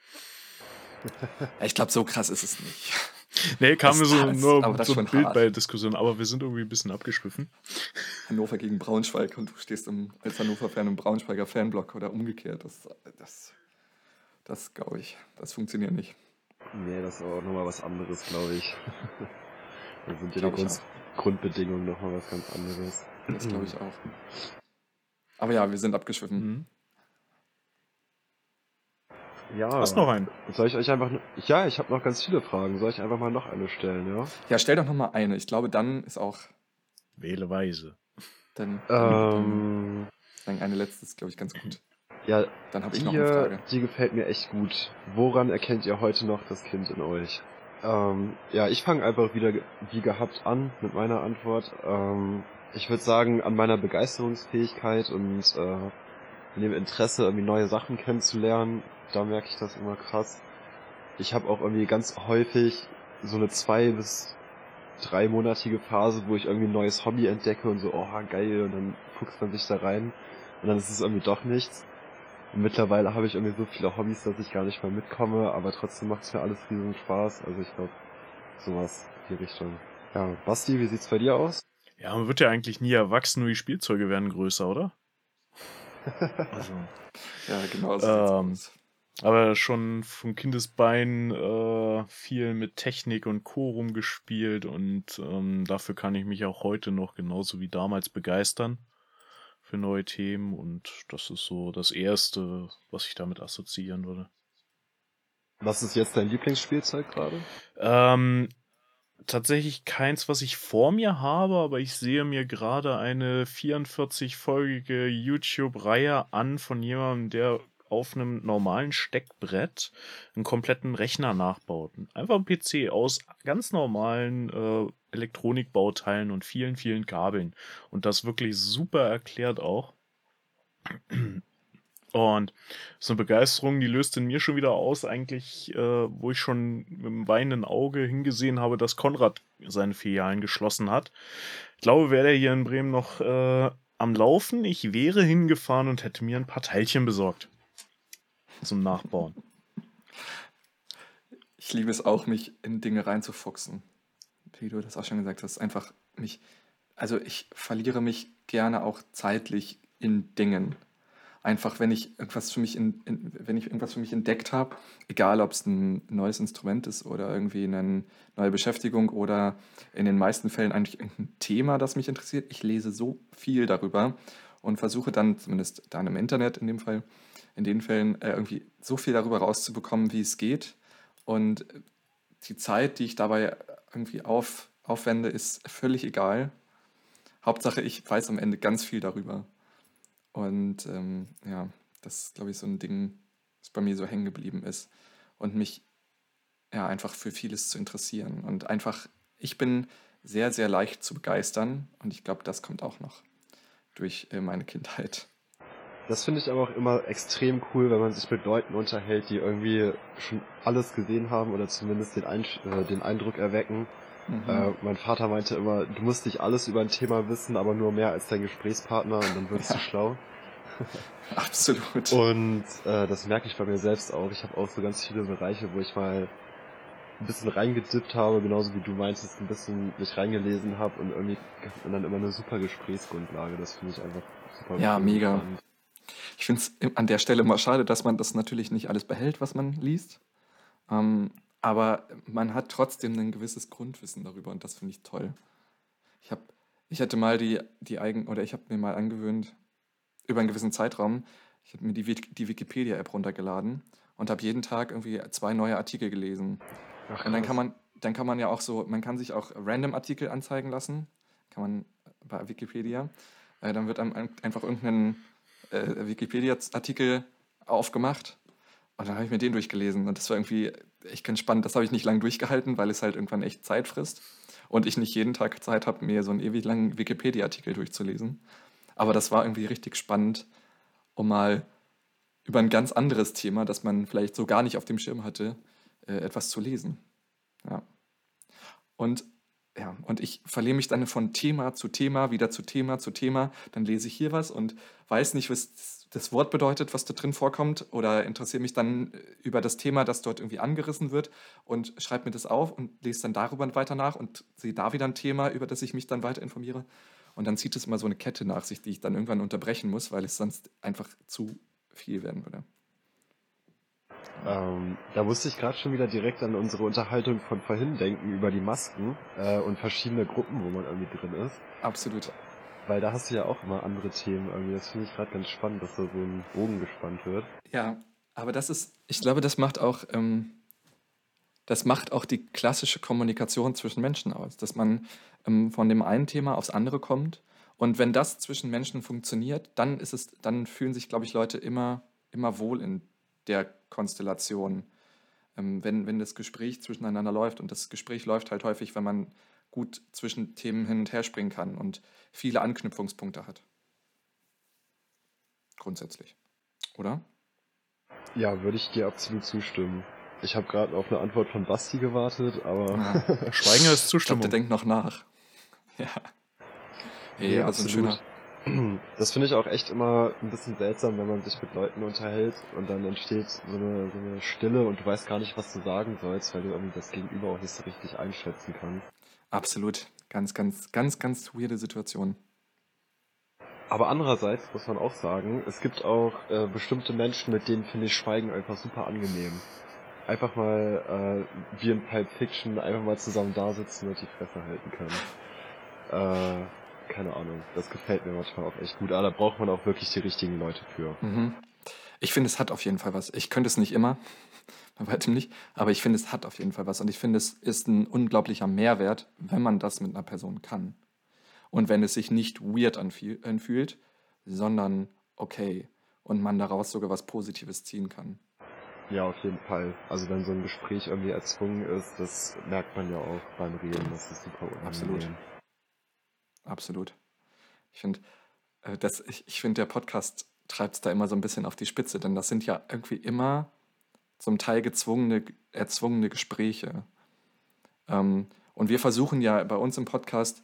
S2: Ich glaube, so krass ist es nicht.
S1: Nee, kam mir nur
S2: aber das
S1: so ein
S2: schon
S1: Bild
S2: hart.
S1: bei der Diskussion, aber wir sind irgendwie ein bisschen abgeschwiffen.
S2: Hannover gegen Braunschweig und du stehst als Hannover-Fan im Braunschweiger Fanblock oder umgekehrt. Das glaube ich, das funktioniert nicht.
S3: Nee, das ist auch nochmal was anderes, glaube ich. Da sind ja
S2: Glaub
S3: die
S2: ich auch.
S3: Grundbedingungen nochmal was ganz anderes.
S2: Das glaube ich auch. Aber ja, wir sind abgeschwiffen.
S1: Mhm.
S3: Ja.
S1: Hast noch einen?
S3: Soll ich euch einfach... Ja, ich habe noch ganz viele Fragen. Soll ich einfach mal noch eine stellen, ja?
S2: Ja, stell doch noch mal eine. Ich glaube, dann ist auch...
S1: Wähle weise.
S2: Dann eine letzte ist, glaube ich, ganz gut.
S3: Ja,
S2: Dann habe ich noch eine Frage.
S3: Die gefällt mir echt gut. Woran erkennt ihr heute noch das Kind in euch? Ja, ich fange einfach wieder wie gehabt an mit meiner Antwort. Ich würde sagen, an meiner Begeisterungsfähigkeit und in dem Interesse, irgendwie neue Sachen kennenzulernen, da merke ich das immer krass. Ich habe auch irgendwie ganz häufig so eine 2- bis 3-monatige Phase, wo ich irgendwie ein neues Hobby entdecke und so, oh geil, und dann fuchst man sich da rein und dann ist es irgendwie doch nichts. Und mittlerweile habe ich irgendwie so viele Hobbys, dass ich gar nicht mehr mitkomme, aber trotzdem macht es mir alles riesen Spaß. Also ich glaube, sowas in die Richtung. Ja, Basti, wie sieht's bei dir aus?
S1: Ja, man wird ja eigentlich nie erwachsen, nur die Spielzeuge werden größer, oder? Also,
S2: Ja, genau so sieht's aus.
S1: aber schon von Kindesbein viel mit Technik und Co. rumgespielt und dafür kann ich mich auch heute noch genauso wie damals begeistern für neue Themen und das ist so das Erste, was ich damit assoziieren würde.
S3: Was ist jetzt dein Lieblingsspielzeug gerade?
S1: Tatsächlich keins, was ich vor mir habe, aber ich sehe mir gerade eine 44-folgige YouTube-Reihe an von jemandem, der auf einem normalen Steckbrett einen kompletten Rechner nachbaut. Einfach ein PC aus ganz normalen Elektronikbauteilen und vielen, vielen Kabeln. Und das wirklich super erklärt auch. Und so eine Begeisterung, die löst in mir schon wieder aus, eigentlich, wo ich schon mit einem weinenden Auge hingesehen habe, dass Konrad seine Filialen geschlossen hat. Ich glaube, wäre der hier in Bremen noch am Laufen, ich wäre hingefahren und hätte mir ein paar Teilchen besorgt. Zum Nachbauen.
S2: Ich liebe es auch, mich in Dinge reinzufuchsen. Wie du das auch schon gesagt hast, einfach ich verliere mich gerne auch zeitlich in Dingen. Einfach, wenn ich irgendwas für mich entdeckt habe, egal ob es ein neues Instrument ist oder irgendwie eine neue Beschäftigung oder in den meisten Fällen eigentlich irgendein Thema, das mich interessiert. Ich lese so viel darüber und versuche dann, zumindest dann im Internet in den Fällen, irgendwie so viel darüber rauszubekommen, wie es geht. Und die Zeit, die ich dabei irgendwie aufwende, ist völlig egal. Hauptsache, ich weiß am Ende ganz viel darüber. Und ja, das ist, glaube ich, so ein Ding, das bei mir so hängen geblieben ist. Und mich ja einfach für vieles zu interessieren. Und einfach, ich bin sehr, sehr leicht zu begeistern. Und ich glaube, das kommt auch noch durch meine Kindheit.
S3: Das finde ich aber auch immer extrem cool, wenn man sich mit Leuten unterhält, die irgendwie schon alles gesehen haben oder zumindest den Eindruck erwecken, Mein Vater meinte immer, du musst nicht alles über ein Thema wissen, aber nur mehr als dein Gesprächspartner und dann wirst du schlau.
S2: Absolut.
S3: Und das merke ich bei mir selbst auch. Ich habe auch so ganz viele Bereiche, wo ich mal ein bisschen reingedippt habe, genauso wie du meintest, ein bisschen mich reingelesen habe und irgendwie hat man dann immer eine super Gesprächsgrundlage. Das finde ich einfach super
S2: Ja,
S3: cool und
S2: mega.
S3: spannend.
S2: Ich finde es an der Stelle immer schade, dass man das natürlich nicht alles behält, was man liest. Aber man hat trotzdem ein gewisses Grundwissen darüber und das finde ich toll. Ich hatte mal ich habe mir mal angewöhnt, über einen gewissen Zeitraum, ich habe mir die Wikipedia-App runtergeladen und habe jeden Tag irgendwie 2 neue Artikel gelesen.
S3: Ach,
S2: Und
S3: krass.
S2: dann kann man ja auch so, man kann sich auch random Artikel anzeigen lassen, kann man bei Wikipedia. Dann wird einem einfach irgendein Wikipedia-Artikel aufgemacht und dann habe ich mir den durchgelesen und das war irgendwie echt ganz spannend. Das habe ich nicht lange durchgehalten, weil es halt irgendwann echt Zeit frisst und ich nicht jeden Tag Zeit habe, mir so einen ewig langen Wikipedia-Artikel durchzulesen. Aber das war irgendwie richtig spannend, um mal über ein ganz anderes Thema, das man vielleicht so gar nicht auf dem Schirm hatte, etwas zu lesen. Ja. Und und ich verliere mich dann von Thema zu Thema, wieder zu Thema zu Thema. Dann lese ich hier was und weiß nicht, was das Wort bedeutet, was da drin vorkommt, oder interessiere mich dann über das Thema, das dort irgendwie angerissen wird und schreibe mir das auf und lese dann darüber weiter nach und sehe da wieder ein Thema, über das ich mich dann weiter informiere. Und dann zieht es immer so eine Kette nach sich, die ich dann irgendwann unterbrechen muss, weil es sonst einfach zu viel werden würde.
S3: Da musste ich gerade schon wieder direkt an unsere Unterhaltung von vorhin denken über die Masken und verschiedene Gruppen, wo man irgendwie drin ist.
S2: Absolut.
S3: Weil da hast du ja auch immer andere Themen irgendwie. Das finde ich gerade ganz spannend, dass da so ein Bogen gespannt wird.
S2: Ja, aber ich glaube, das macht auch die klassische Kommunikation zwischen Menschen aus, dass man von dem einen Thema aufs andere kommt. Und wenn das zwischen Menschen funktioniert, dann fühlen sich, glaube ich, Leute immer wohl in der Konstellation, wenn das Gespräch zwischeneinander läuft. Und das Gespräch läuft halt häufig, wenn man gut zwischen Themen hin und her springen kann und viele Anknüpfungspunkte hat. Grundsätzlich. Oder?
S3: Ja, würde ich dir absolut zustimmen. Ich habe gerade auf eine Antwort von Basti gewartet, aber
S2: Ja.
S1: Schweigen ist
S2: Ich glaube,
S1: Zustimmung.
S2: der denkt noch nach. Ja.
S3: nee,
S2: Aber so ein schöner.
S3: Das finde ich auch echt immer ein bisschen seltsam, wenn man sich mit Leuten unterhält und dann entsteht so eine Stille und du weißt gar nicht, was du sagen sollst, weil du irgendwie das Gegenüber auch nicht so richtig einschätzen kannst.
S2: Absolut. Ganz, ganz, ganz, ganz weirde Situation.
S3: Aber andererseits muss man auch sagen, es gibt auch bestimmte Menschen, mit denen finde ich Schweigen einfach super angenehm. Einfach mal wie in Pulp Fiction einfach mal zusammen da sitzen und die Fresse halten können. Keine Ahnung, das gefällt mir manchmal auch echt gut, aber da braucht man auch wirklich die richtigen Leute für.
S2: Mhm. Ich finde, es hat auf jeden Fall was. Ich könnte es nicht immer, bei weitem nicht, aber ich finde, es hat auf jeden Fall was. Und ich finde, es ist ein unglaublicher Mehrwert, wenn man das mit einer Person kann. Und wenn es sich nicht weird anfühlt, sondern okay. Und man daraus sogar was Positives ziehen kann.
S3: Ja, auf jeden Fall. Also wenn so ein Gespräch irgendwie erzwungen ist, das merkt man ja auch beim Reden, das ist super unangenehm.
S2: Absolut. Absolut. Ich finde, ich finde, der Podcast treibt es da immer so ein bisschen auf die Spitze, denn das sind ja irgendwie immer zum Teil erzwungene Gespräche. Und wir versuchen ja bei uns im Podcast,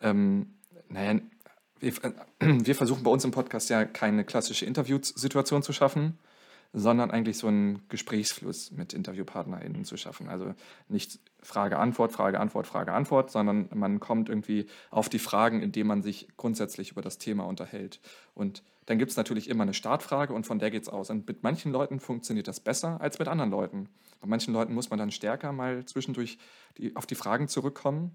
S2: naja, wir versuchen bei uns im Podcast ja keine klassische Interviewsituation zu schaffen, sondern eigentlich so einen Gesprächsfluss mit InterviewpartnerInnen zu schaffen. Also nicht Frage, Antwort, Frage, Antwort, Frage, Antwort, sondern man kommt irgendwie auf die Fragen, indem man sich grundsätzlich über das Thema unterhält. Und dann gibt es natürlich immer eine Startfrage und von der geht es aus. Und mit manchen Leuten funktioniert das besser als mit anderen Leuten. Bei manchen Leuten muss man dann stärker mal zwischendurch auf die Fragen zurückkommen,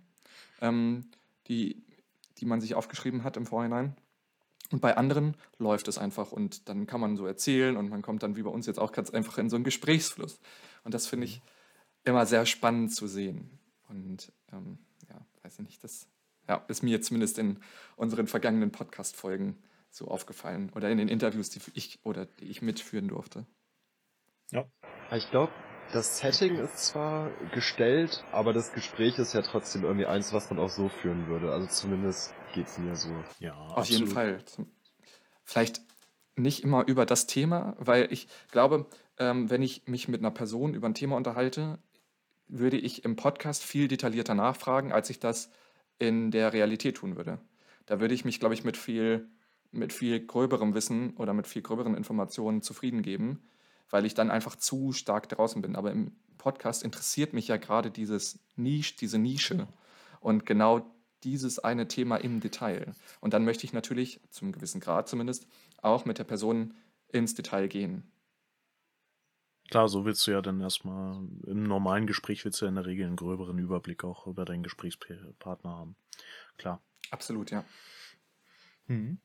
S2: die man sich aufgeschrieben hat im Vorhinein. Und bei anderen läuft es einfach und dann kann man so erzählen und man kommt dann wie bei uns jetzt auch ganz einfach in so einen Gesprächsfluss. Und das finde ich immer sehr spannend zu sehen. Und weiß ich nicht, das ist mir jetzt zumindest in unseren vergangenen Podcast-Folgen so aufgefallen oder in den Interviews, die ich mitführen durfte.
S1: Ja.
S3: Ich glaube, das Setting ist zwar gestellt, aber das Gespräch ist ja trotzdem irgendwie eins, was man auch so führen würde. Also zumindest geht's mir so.
S1: Ja,
S2: Auf jeden Fall. Vielleicht nicht immer über das Thema, weil ich glaube, wenn ich mich mit einer Person über ein Thema unterhalte, würde ich im Podcast viel detaillierter nachfragen, als ich das in der Realität tun würde. Da würde ich mich, glaube ich, mit viel gröberem Wissen oder mit viel gröberen Informationen zufrieden geben, weil ich dann einfach zu stark draußen bin. Aber im Podcast interessiert mich ja gerade diese Nische und genau dieses eine Thema im Detail. Und dann möchte ich natürlich, zum gewissen Grad zumindest, auch mit der Person ins Detail gehen.
S1: Klar, so willst du ja dann erstmal, im normalen Gespräch willst du ja in der Regel einen gröberen Überblick auch über deinen Gesprächspartner haben. Klar.
S2: Absolut, ja.
S1: Mhm.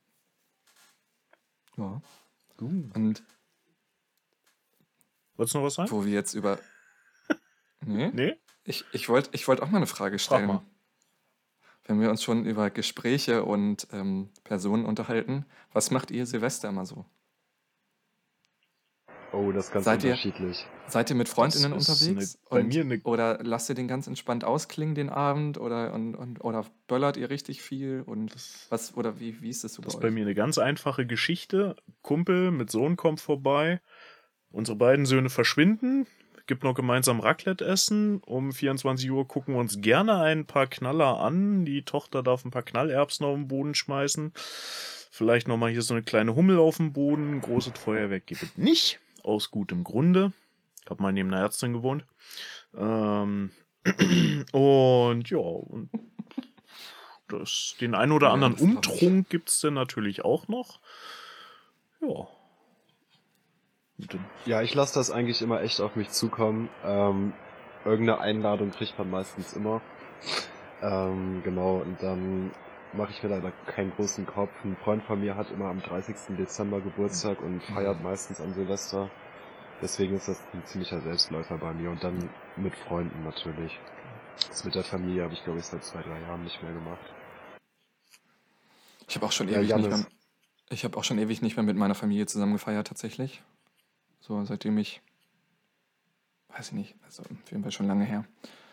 S2: Ja.
S1: Gut.
S2: Und
S1: Wolltest du noch was sagen?
S2: wo wir jetzt über... Nee?
S1: Nee?
S2: Ich wollt auch mal eine Frage stellen.
S1: Frag mal.
S2: Wenn wir uns schon über Gespräche und Personen unterhalten, was macht ihr Silvester immer so?
S3: Oh, das ist ganz
S2: Seid ihr-
S3: unterschiedlich.
S2: Seid ihr mit Freundinnen
S1: Das ist
S2: unterwegs?
S1: bei mir eine-
S2: Oder lasst ihr den ganz entspannt ausklingen, den Abend? Oder böllert ihr richtig viel? Und wie ist das so
S1: Das ist
S2: bei
S1: bei
S2: euch?
S1: mir eine ganz einfache Geschichte. Kumpel mit Sohn kommt vorbei. Unsere beiden Söhne verschwinden. Gibt noch gemeinsam Raclette essen. Um 24 Uhr gucken wir uns gerne ein paar Knaller an. Die Tochter darf ein paar Knallerbsen auf den Boden schmeißen. Vielleicht nochmal hier so eine kleine Hummel auf dem Boden. Großes Feuerwerk gibt es nicht. Aus gutem Grunde. Ich habe mal neben einer Ärztin gewohnt. Und ja, und den ein oder
S2: Ja,
S1: anderen
S2: das glaub ich.
S1: Umtrunk gibt es dann natürlich auch noch. Ja. Und dann
S3: Ja, ich lasse das eigentlich immer echt auf mich zukommen. Irgendeine Einladung kriegt man meistens immer. Genau, und dann mache ich mir da keinen großen Kopf. Ein Freund von mir hat immer am 30. Dezember Geburtstag und feiert meistens an Silvester. Deswegen ist das ein ziemlicher Selbstläufer bei mir. Und dann mit Freunden natürlich. Das mit der Familie habe ich, glaube ich, seit 2-3 Jahren nicht mehr gemacht.
S2: Ich habe auch schon
S3: Ja,
S2: ewig
S3: Jannis.
S2: nicht mehr mit meiner Familie zusammen gefeiert, tatsächlich. So, seitdem ich, weiß ich nicht, also auf jeden Fall schon lange her.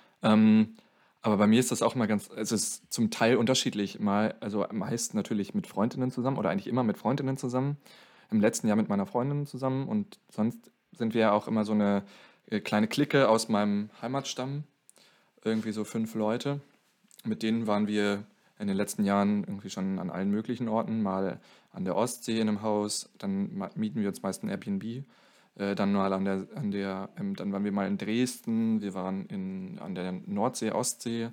S2: Aber bei mir ist das auch mal es ist zum Teil unterschiedlich. Also meist natürlich mit Freundinnen zusammen oder eigentlich immer mit Freundinnen zusammen. Im letzten Jahr mit meiner Freundin zusammen und sonst sind wir ja auch immer so eine kleine Clique aus meinem Heimatstamm. Irgendwie so 5 Leute. Mit denen waren wir in den letzten Jahren irgendwie schon an allen möglichen Orten. Mal an der Ostsee in einem Haus, dann mieten wir uns meist ein Airbnb. Dann mal dann waren wir mal in Dresden, wir waren an der Nordsee, Ostsee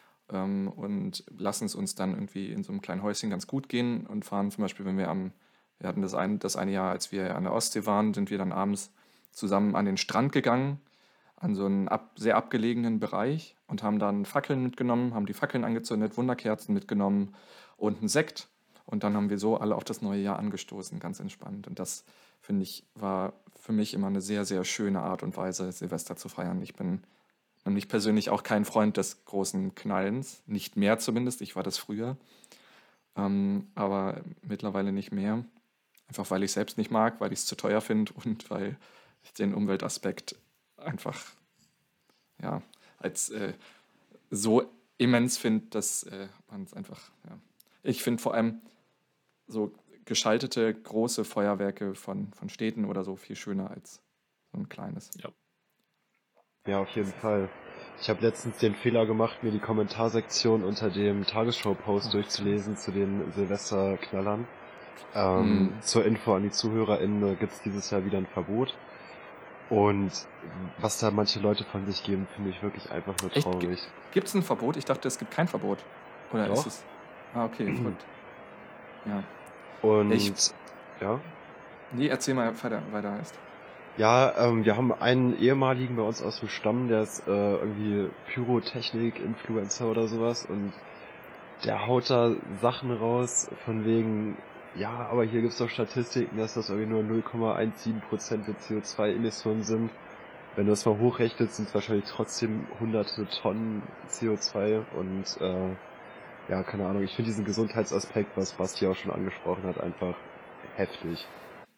S2: und lassen es uns dann irgendwie in so einem kleinen Häuschen ganz gut gehen und fahren zum Beispiel, wir hatten das eine Jahr, als wir an der Ostsee waren, sind wir dann abends zusammen an den Strand gegangen, an so einen sehr abgelegenen Bereich und haben dann Fackeln mitgenommen, haben die Fackeln angezündet, Wunderkerzen mitgenommen und einen Sekt. Und dann haben wir so alle auf das neue Jahr angestoßen, ganz entspannt. Und das, finde ich, war für mich immer eine sehr, sehr schöne Art und Weise, Silvester zu feiern. Ich bin nämlich persönlich auch kein Freund des großen Knallens, nicht mehr zumindest, ich war das früher, aber mittlerweile nicht mehr. Einfach weil ich es selbst nicht mag, weil ich es zu teuer finde und weil ich den Umweltaspekt einfach ja, als so immens finde, dass man es einfach, ja. Ich finde vor allem so geschaltete große Feuerwerke von Städten oder so viel schöner als so ein kleines.
S3: Ja, auf jeden Fall. Ich habe letztens den Fehler gemacht, mir die Kommentarsektion unter dem Tagesschau-Post durchzulesen zu den Silvesterknallern. Zur Info an die ZuhörerInnen gibt's dieses Jahr wieder ein Verbot. Und was da manche Leute von sich geben, finde ich wirklich einfach nur
S2: Echt?
S3: traurig.
S2: Gibt es ein Verbot? Ich dachte, es gibt kein Verbot. Oder
S3: Doch.
S2: ist es... Ah, okay, verrückt. Ja.
S3: Und
S2: Ich-
S3: ja.
S2: Nee, erzähl mal weiter erst.
S3: Ja, wir haben einen ehemaligen bei uns aus dem Stamm, der ist irgendwie Pyrotechnik-Influencer oder sowas und der haut da Sachen raus von wegen, ja, aber hier gibt's doch Statistiken, dass das irgendwie nur 0,17% der CO2-Emissionen sind. Wenn du das mal hochrechnest, sind es wahrscheinlich trotzdem hunderte Tonnen CO2 und ja, keine Ahnung, ich finde diesen Gesundheitsaspekt, was Basti auch schon angesprochen hat, einfach heftig.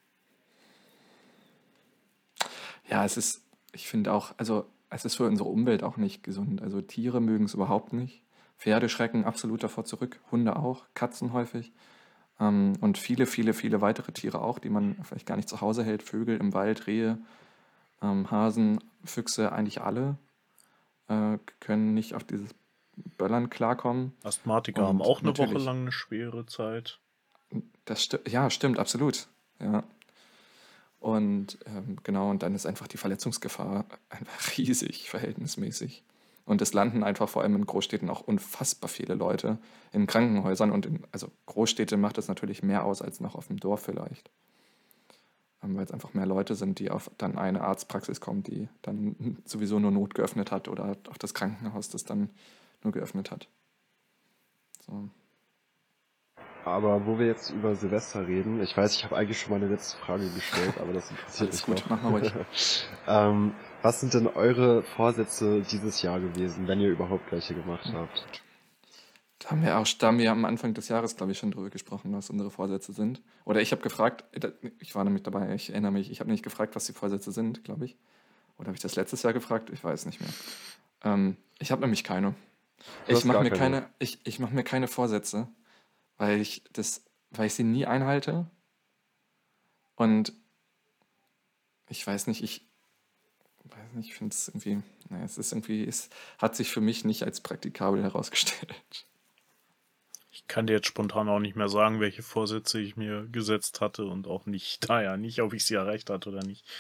S2: Ja, ich finde auch, also es ist für unsere Umwelt auch nicht gesund. Also Tiere mögen es überhaupt nicht. Pferde schrecken absolut davor zurück, Hunde auch, Katzen häufig. Und viele, viele, viele weitere Tiere auch, die man vielleicht gar nicht zu Hause hält. Vögel im Wald, Rehe, Hasen, Füchse, eigentlich alle. können nicht auf dieses Böllern klarkommen.
S1: Asthmatiker haben
S2: Und
S1: auch eine Woche
S2: natürlich-
S1: lang eine schwere Zeit.
S2: Ja, stimmt, absolut. Ja. Und genau, und dann ist einfach die Verletzungsgefahr einfach riesig, verhältnismäßig. Und es landen einfach vor allem in Großstädten auch unfassbar viele Leute in Krankenhäusern. Und also Großstädte macht das natürlich mehr aus als noch auf dem Dorf vielleicht. Weil es einfach mehr Leute sind, die auf dann eine Arztpraxis kommen, die dann sowieso nur Not geöffnet hat oder auch das Krankenhaus, das dann nur geöffnet hat. So.
S3: Aber wo wir jetzt über Silvester reden, ich weiß, ich habe eigentlich schon meine letzte Frage gestellt, aber das interessiert
S2: Alles
S3: mich
S2: gut,
S3: noch.
S2: mach mal ruhig.
S3: Was sind denn eure Vorsätze dieses Jahr gewesen, wenn ihr überhaupt welche gemacht habt?
S2: Da haben wir am Anfang des Jahres, glaube ich, schon drüber gesprochen, was unsere Vorsätze sind. Oder ich habe gefragt, ich war nämlich dabei, ich erinnere mich, ich habe nicht gefragt, was die Vorsätze sind, glaube ich. Oder habe ich das letztes Jahr gefragt? Ich weiß nicht mehr. Ich habe nämlich keine.
S3: Du hast
S2: Ich mache
S3: gar
S2: mir
S3: keine.
S2: ich mache mir keine Vorsätze, weil ich sie nie einhalte. Und ich weiß nicht, ich finde es irgendwie, naja, es hat sich für mich nicht als praktikabel herausgestellt.
S1: Ich kann dir jetzt spontan auch nicht mehr sagen, welche Vorsätze ich mir gesetzt hatte und auch nicht, ob ich sie erreicht hatte oder nicht.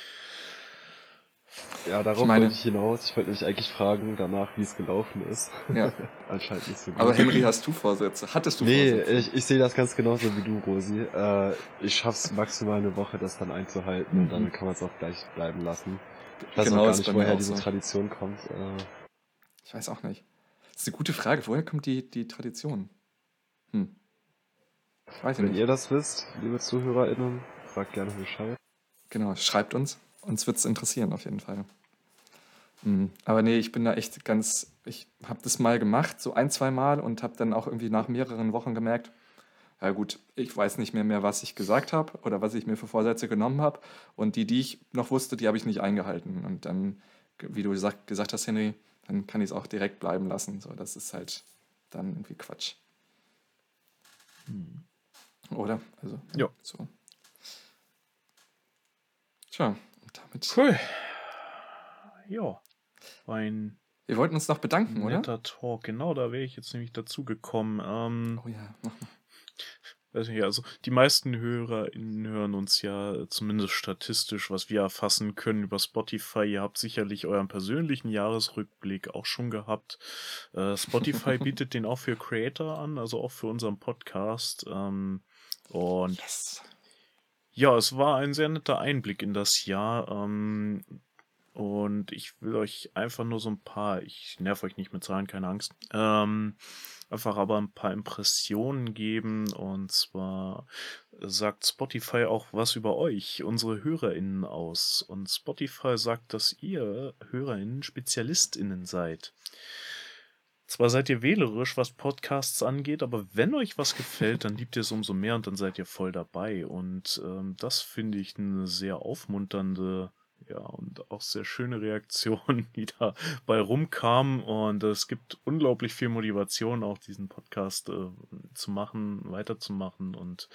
S3: Ja, darauf
S2: meine-
S3: wollte ich hinaus. Ich wollte mich eigentlich fragen danach, wie es gelaufen ist.
S2: Ja.
S3: Anscheinend nicht so gut.
S2: Aber Henry, hast du Vorsätze? Hattest du
S3: Nee,
S2: Vorsätze?
S3: ich sehe das ganz genauso wie du, Rosi. Ich schaff's maximal eine Woche, das dann einzuhalten und dann kann man es auch gleich bleiben lassen. Ich weiß
S2: Genau,
S3: auch gar
S2: ist
S3: nicht,
S2: bei mir
S3: woher
S2: auch
S3: diese
S2: so.
S3: Tradition kommt.
S2: Ich weiß auch nicht. Das ist eine gute Frage. Woher kommt die Tradition? Weiß ich
S3: Wenn
S2: nicht.
S3: ihr das wisst, liebe ZuhörerInnen, sagt gerne Bescheid.
S2: Genau, schreibt uns. Uns wird es interessieren, auf jeden Fall. Aber nee, ich bin da echt ich habe das mal gemacht, so 1, 2 Mal und habe dann auch irgendwie nach mehreren Wochen gemerkt, ja gut, ich weiß nicht mehr, was ich gesagt habe oder was ich mir für Vorsätze genommen habe. Und die ich noch wusste, die habe ich nicht eingehalten. Und dann, wie du gesagt hast, Henry, dann kann ich es auch direkt bleiben lassen. So, das ist halt dann irgendwie Quatsch. Oder? Also,
S1: Ja.
S2: so. Tja, und damit.
S1: Cool. Ja. Ein
S2: Wir wollten uns noch bedanken, oder?
S1: netter Talk. Genau, da wäre ich jetzt nämlich dazu gekommen.
S2: Oh ja, mach mal.
S1: Weiß nicht, also die meisten HörerInnen hören uns ja zumindest statistisch, was wir erfassen können, über Spotify. Ihr habt sicherlich euren persönlichen Jahresrückblick auch schon gehabt. Spotify bietet den auch für Creator an, also auch für unseren Podcast. Und
S2: Yes.
S1: ja, es war ein sehr netter Einblick in das Jahr. Und ich will euch einfach nur so ein paar, ich nerv euch nicht mit Zahlen, keine Angst, einfach aber ein paar Impressionen geben. Und zwar sagt Spotify auch was über euch, unsere HörerInnen aus. Und Spotify sagt, dass ihr HörerInnen SpezialistInnen seid. Zwar seid ihr wählerisch, was Podcasts angeht, aber wenn euch was gefällt, dann liebt ihr es umso mehr und dann seid ihr voll dabei. Und das finde ich eine sehr aufmunternde, ja, und auch sehr schöne Reaktion, die dabei rumkam. Und es gibt unglaublich viel Motivation, auch diesen Podcast zu machen, weiterzumachen. Und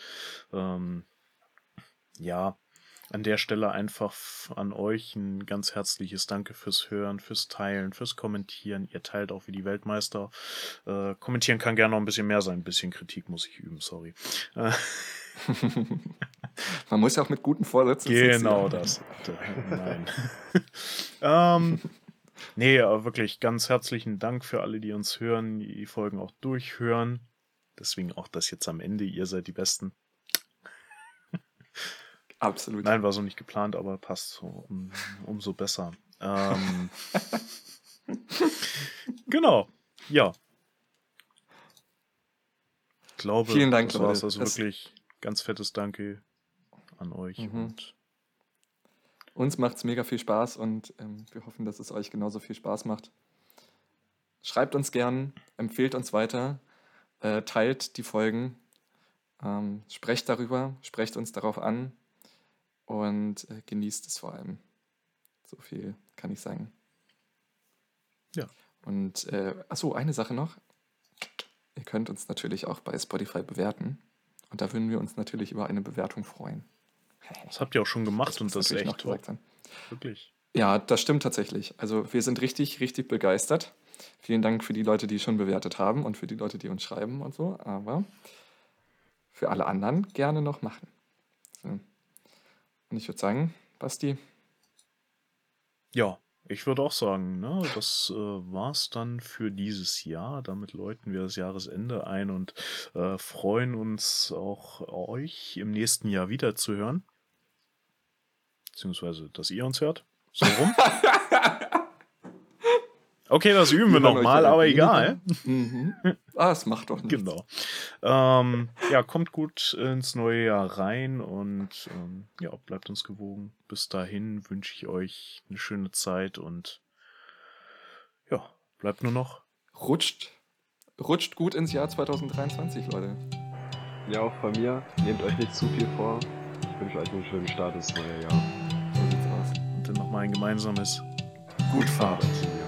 S1: ja, an der Stelle einfach an euch ein ganz herzliches Danke fürs Hören, fürs Teilen, fürs Kommentieren. Ihr teilt auch wie die Weltmeister. Kommentieren kann gerne noch ein bisschen mehr sein. Ein bisschen Kritik muss ich üben, sorry.
S2: Man muss ja auch mit guten Vorsätzen.
S1: Genau das. Nein. Nee, aber wirklich ganz herzlichen Dank für alle, die uns hören, die Folgen auch durchhören. Deswegen auch das jetzt am Ende. Ihr seid die Besten.
S2: Absolut.
S1: Nein, war so nicht geplant, aber passt so umso besser. Genau, ja. Ich glaube,
S2: Vielen Dank,
S1: das war's.
S2: Leute.
S1: Also wirklich ganz fettes Danke an euch. Und
S2: uns macht's mega viel Spaß und wir hoffen, dass es euch genauso viel Spaß macht. Schreibt uns gern, empfehlt uns weiter, teilt die Folgen, sprecht darüber, sprecht uns darauf an und genießt es vor allem. So viel kann ich sagen.
S1: Ja.
S2: Und achso, eine Sache noch. Ihr könnt uns natürlich auch bei Spotify bewerten. Und da würden wir uns natürlich über eine Bewertung freuen.
S1: das habt ihr auch schon gemacht und
S2: muss
S1: das ist
S2: natürlich
S1: echt
S2: noch gesagt sein.
S1: Wirklich.
S2: Ja, das stimmt tatsächlich. Also wir sind richtig, richtig begeistert. Vielen Dank für die Leute, die schon bewertet haben und für die Leute, die uns schreiben und so. Aber für alle anderen gerne noch machen. So. Und ich würde sagen, Basti,
S1: Ja, ich würde auch sagen, ne, das war's dann für dieses Jahr. Damit läuten wir das Jahresende ein und freuen uns auch, euch im nächsten Jahr wieder zu hören. Beziehungsweise, dass ihr uns hört. So rum. Okay, das üben wir
S2: hören euch
S1: nochmal,
S2: ja
S1: aber
S2: weniger.
S1: egal.
S2: Mhm. Es macht doch nichts.
S1: Genau. Ja, kommt gut ins neue Jahr rein und ja, bleibt uns gewogen. Bis dahin wünsche ich euch eine schöne Zeit und ja, bleibt nur noch.
S2: Rutscht gut ins Jahr 2023, Leute.
S3: Ja, auch bei mir. Nehmt euch nicht zu viel vor. Ich wünsche euch einen schönen Start ins neue Jahr.
S2: So sieht's aus.
S1: Und dann nochmal ein gemeinsames
S2: Gut Fahrt.
S1: Fahrt.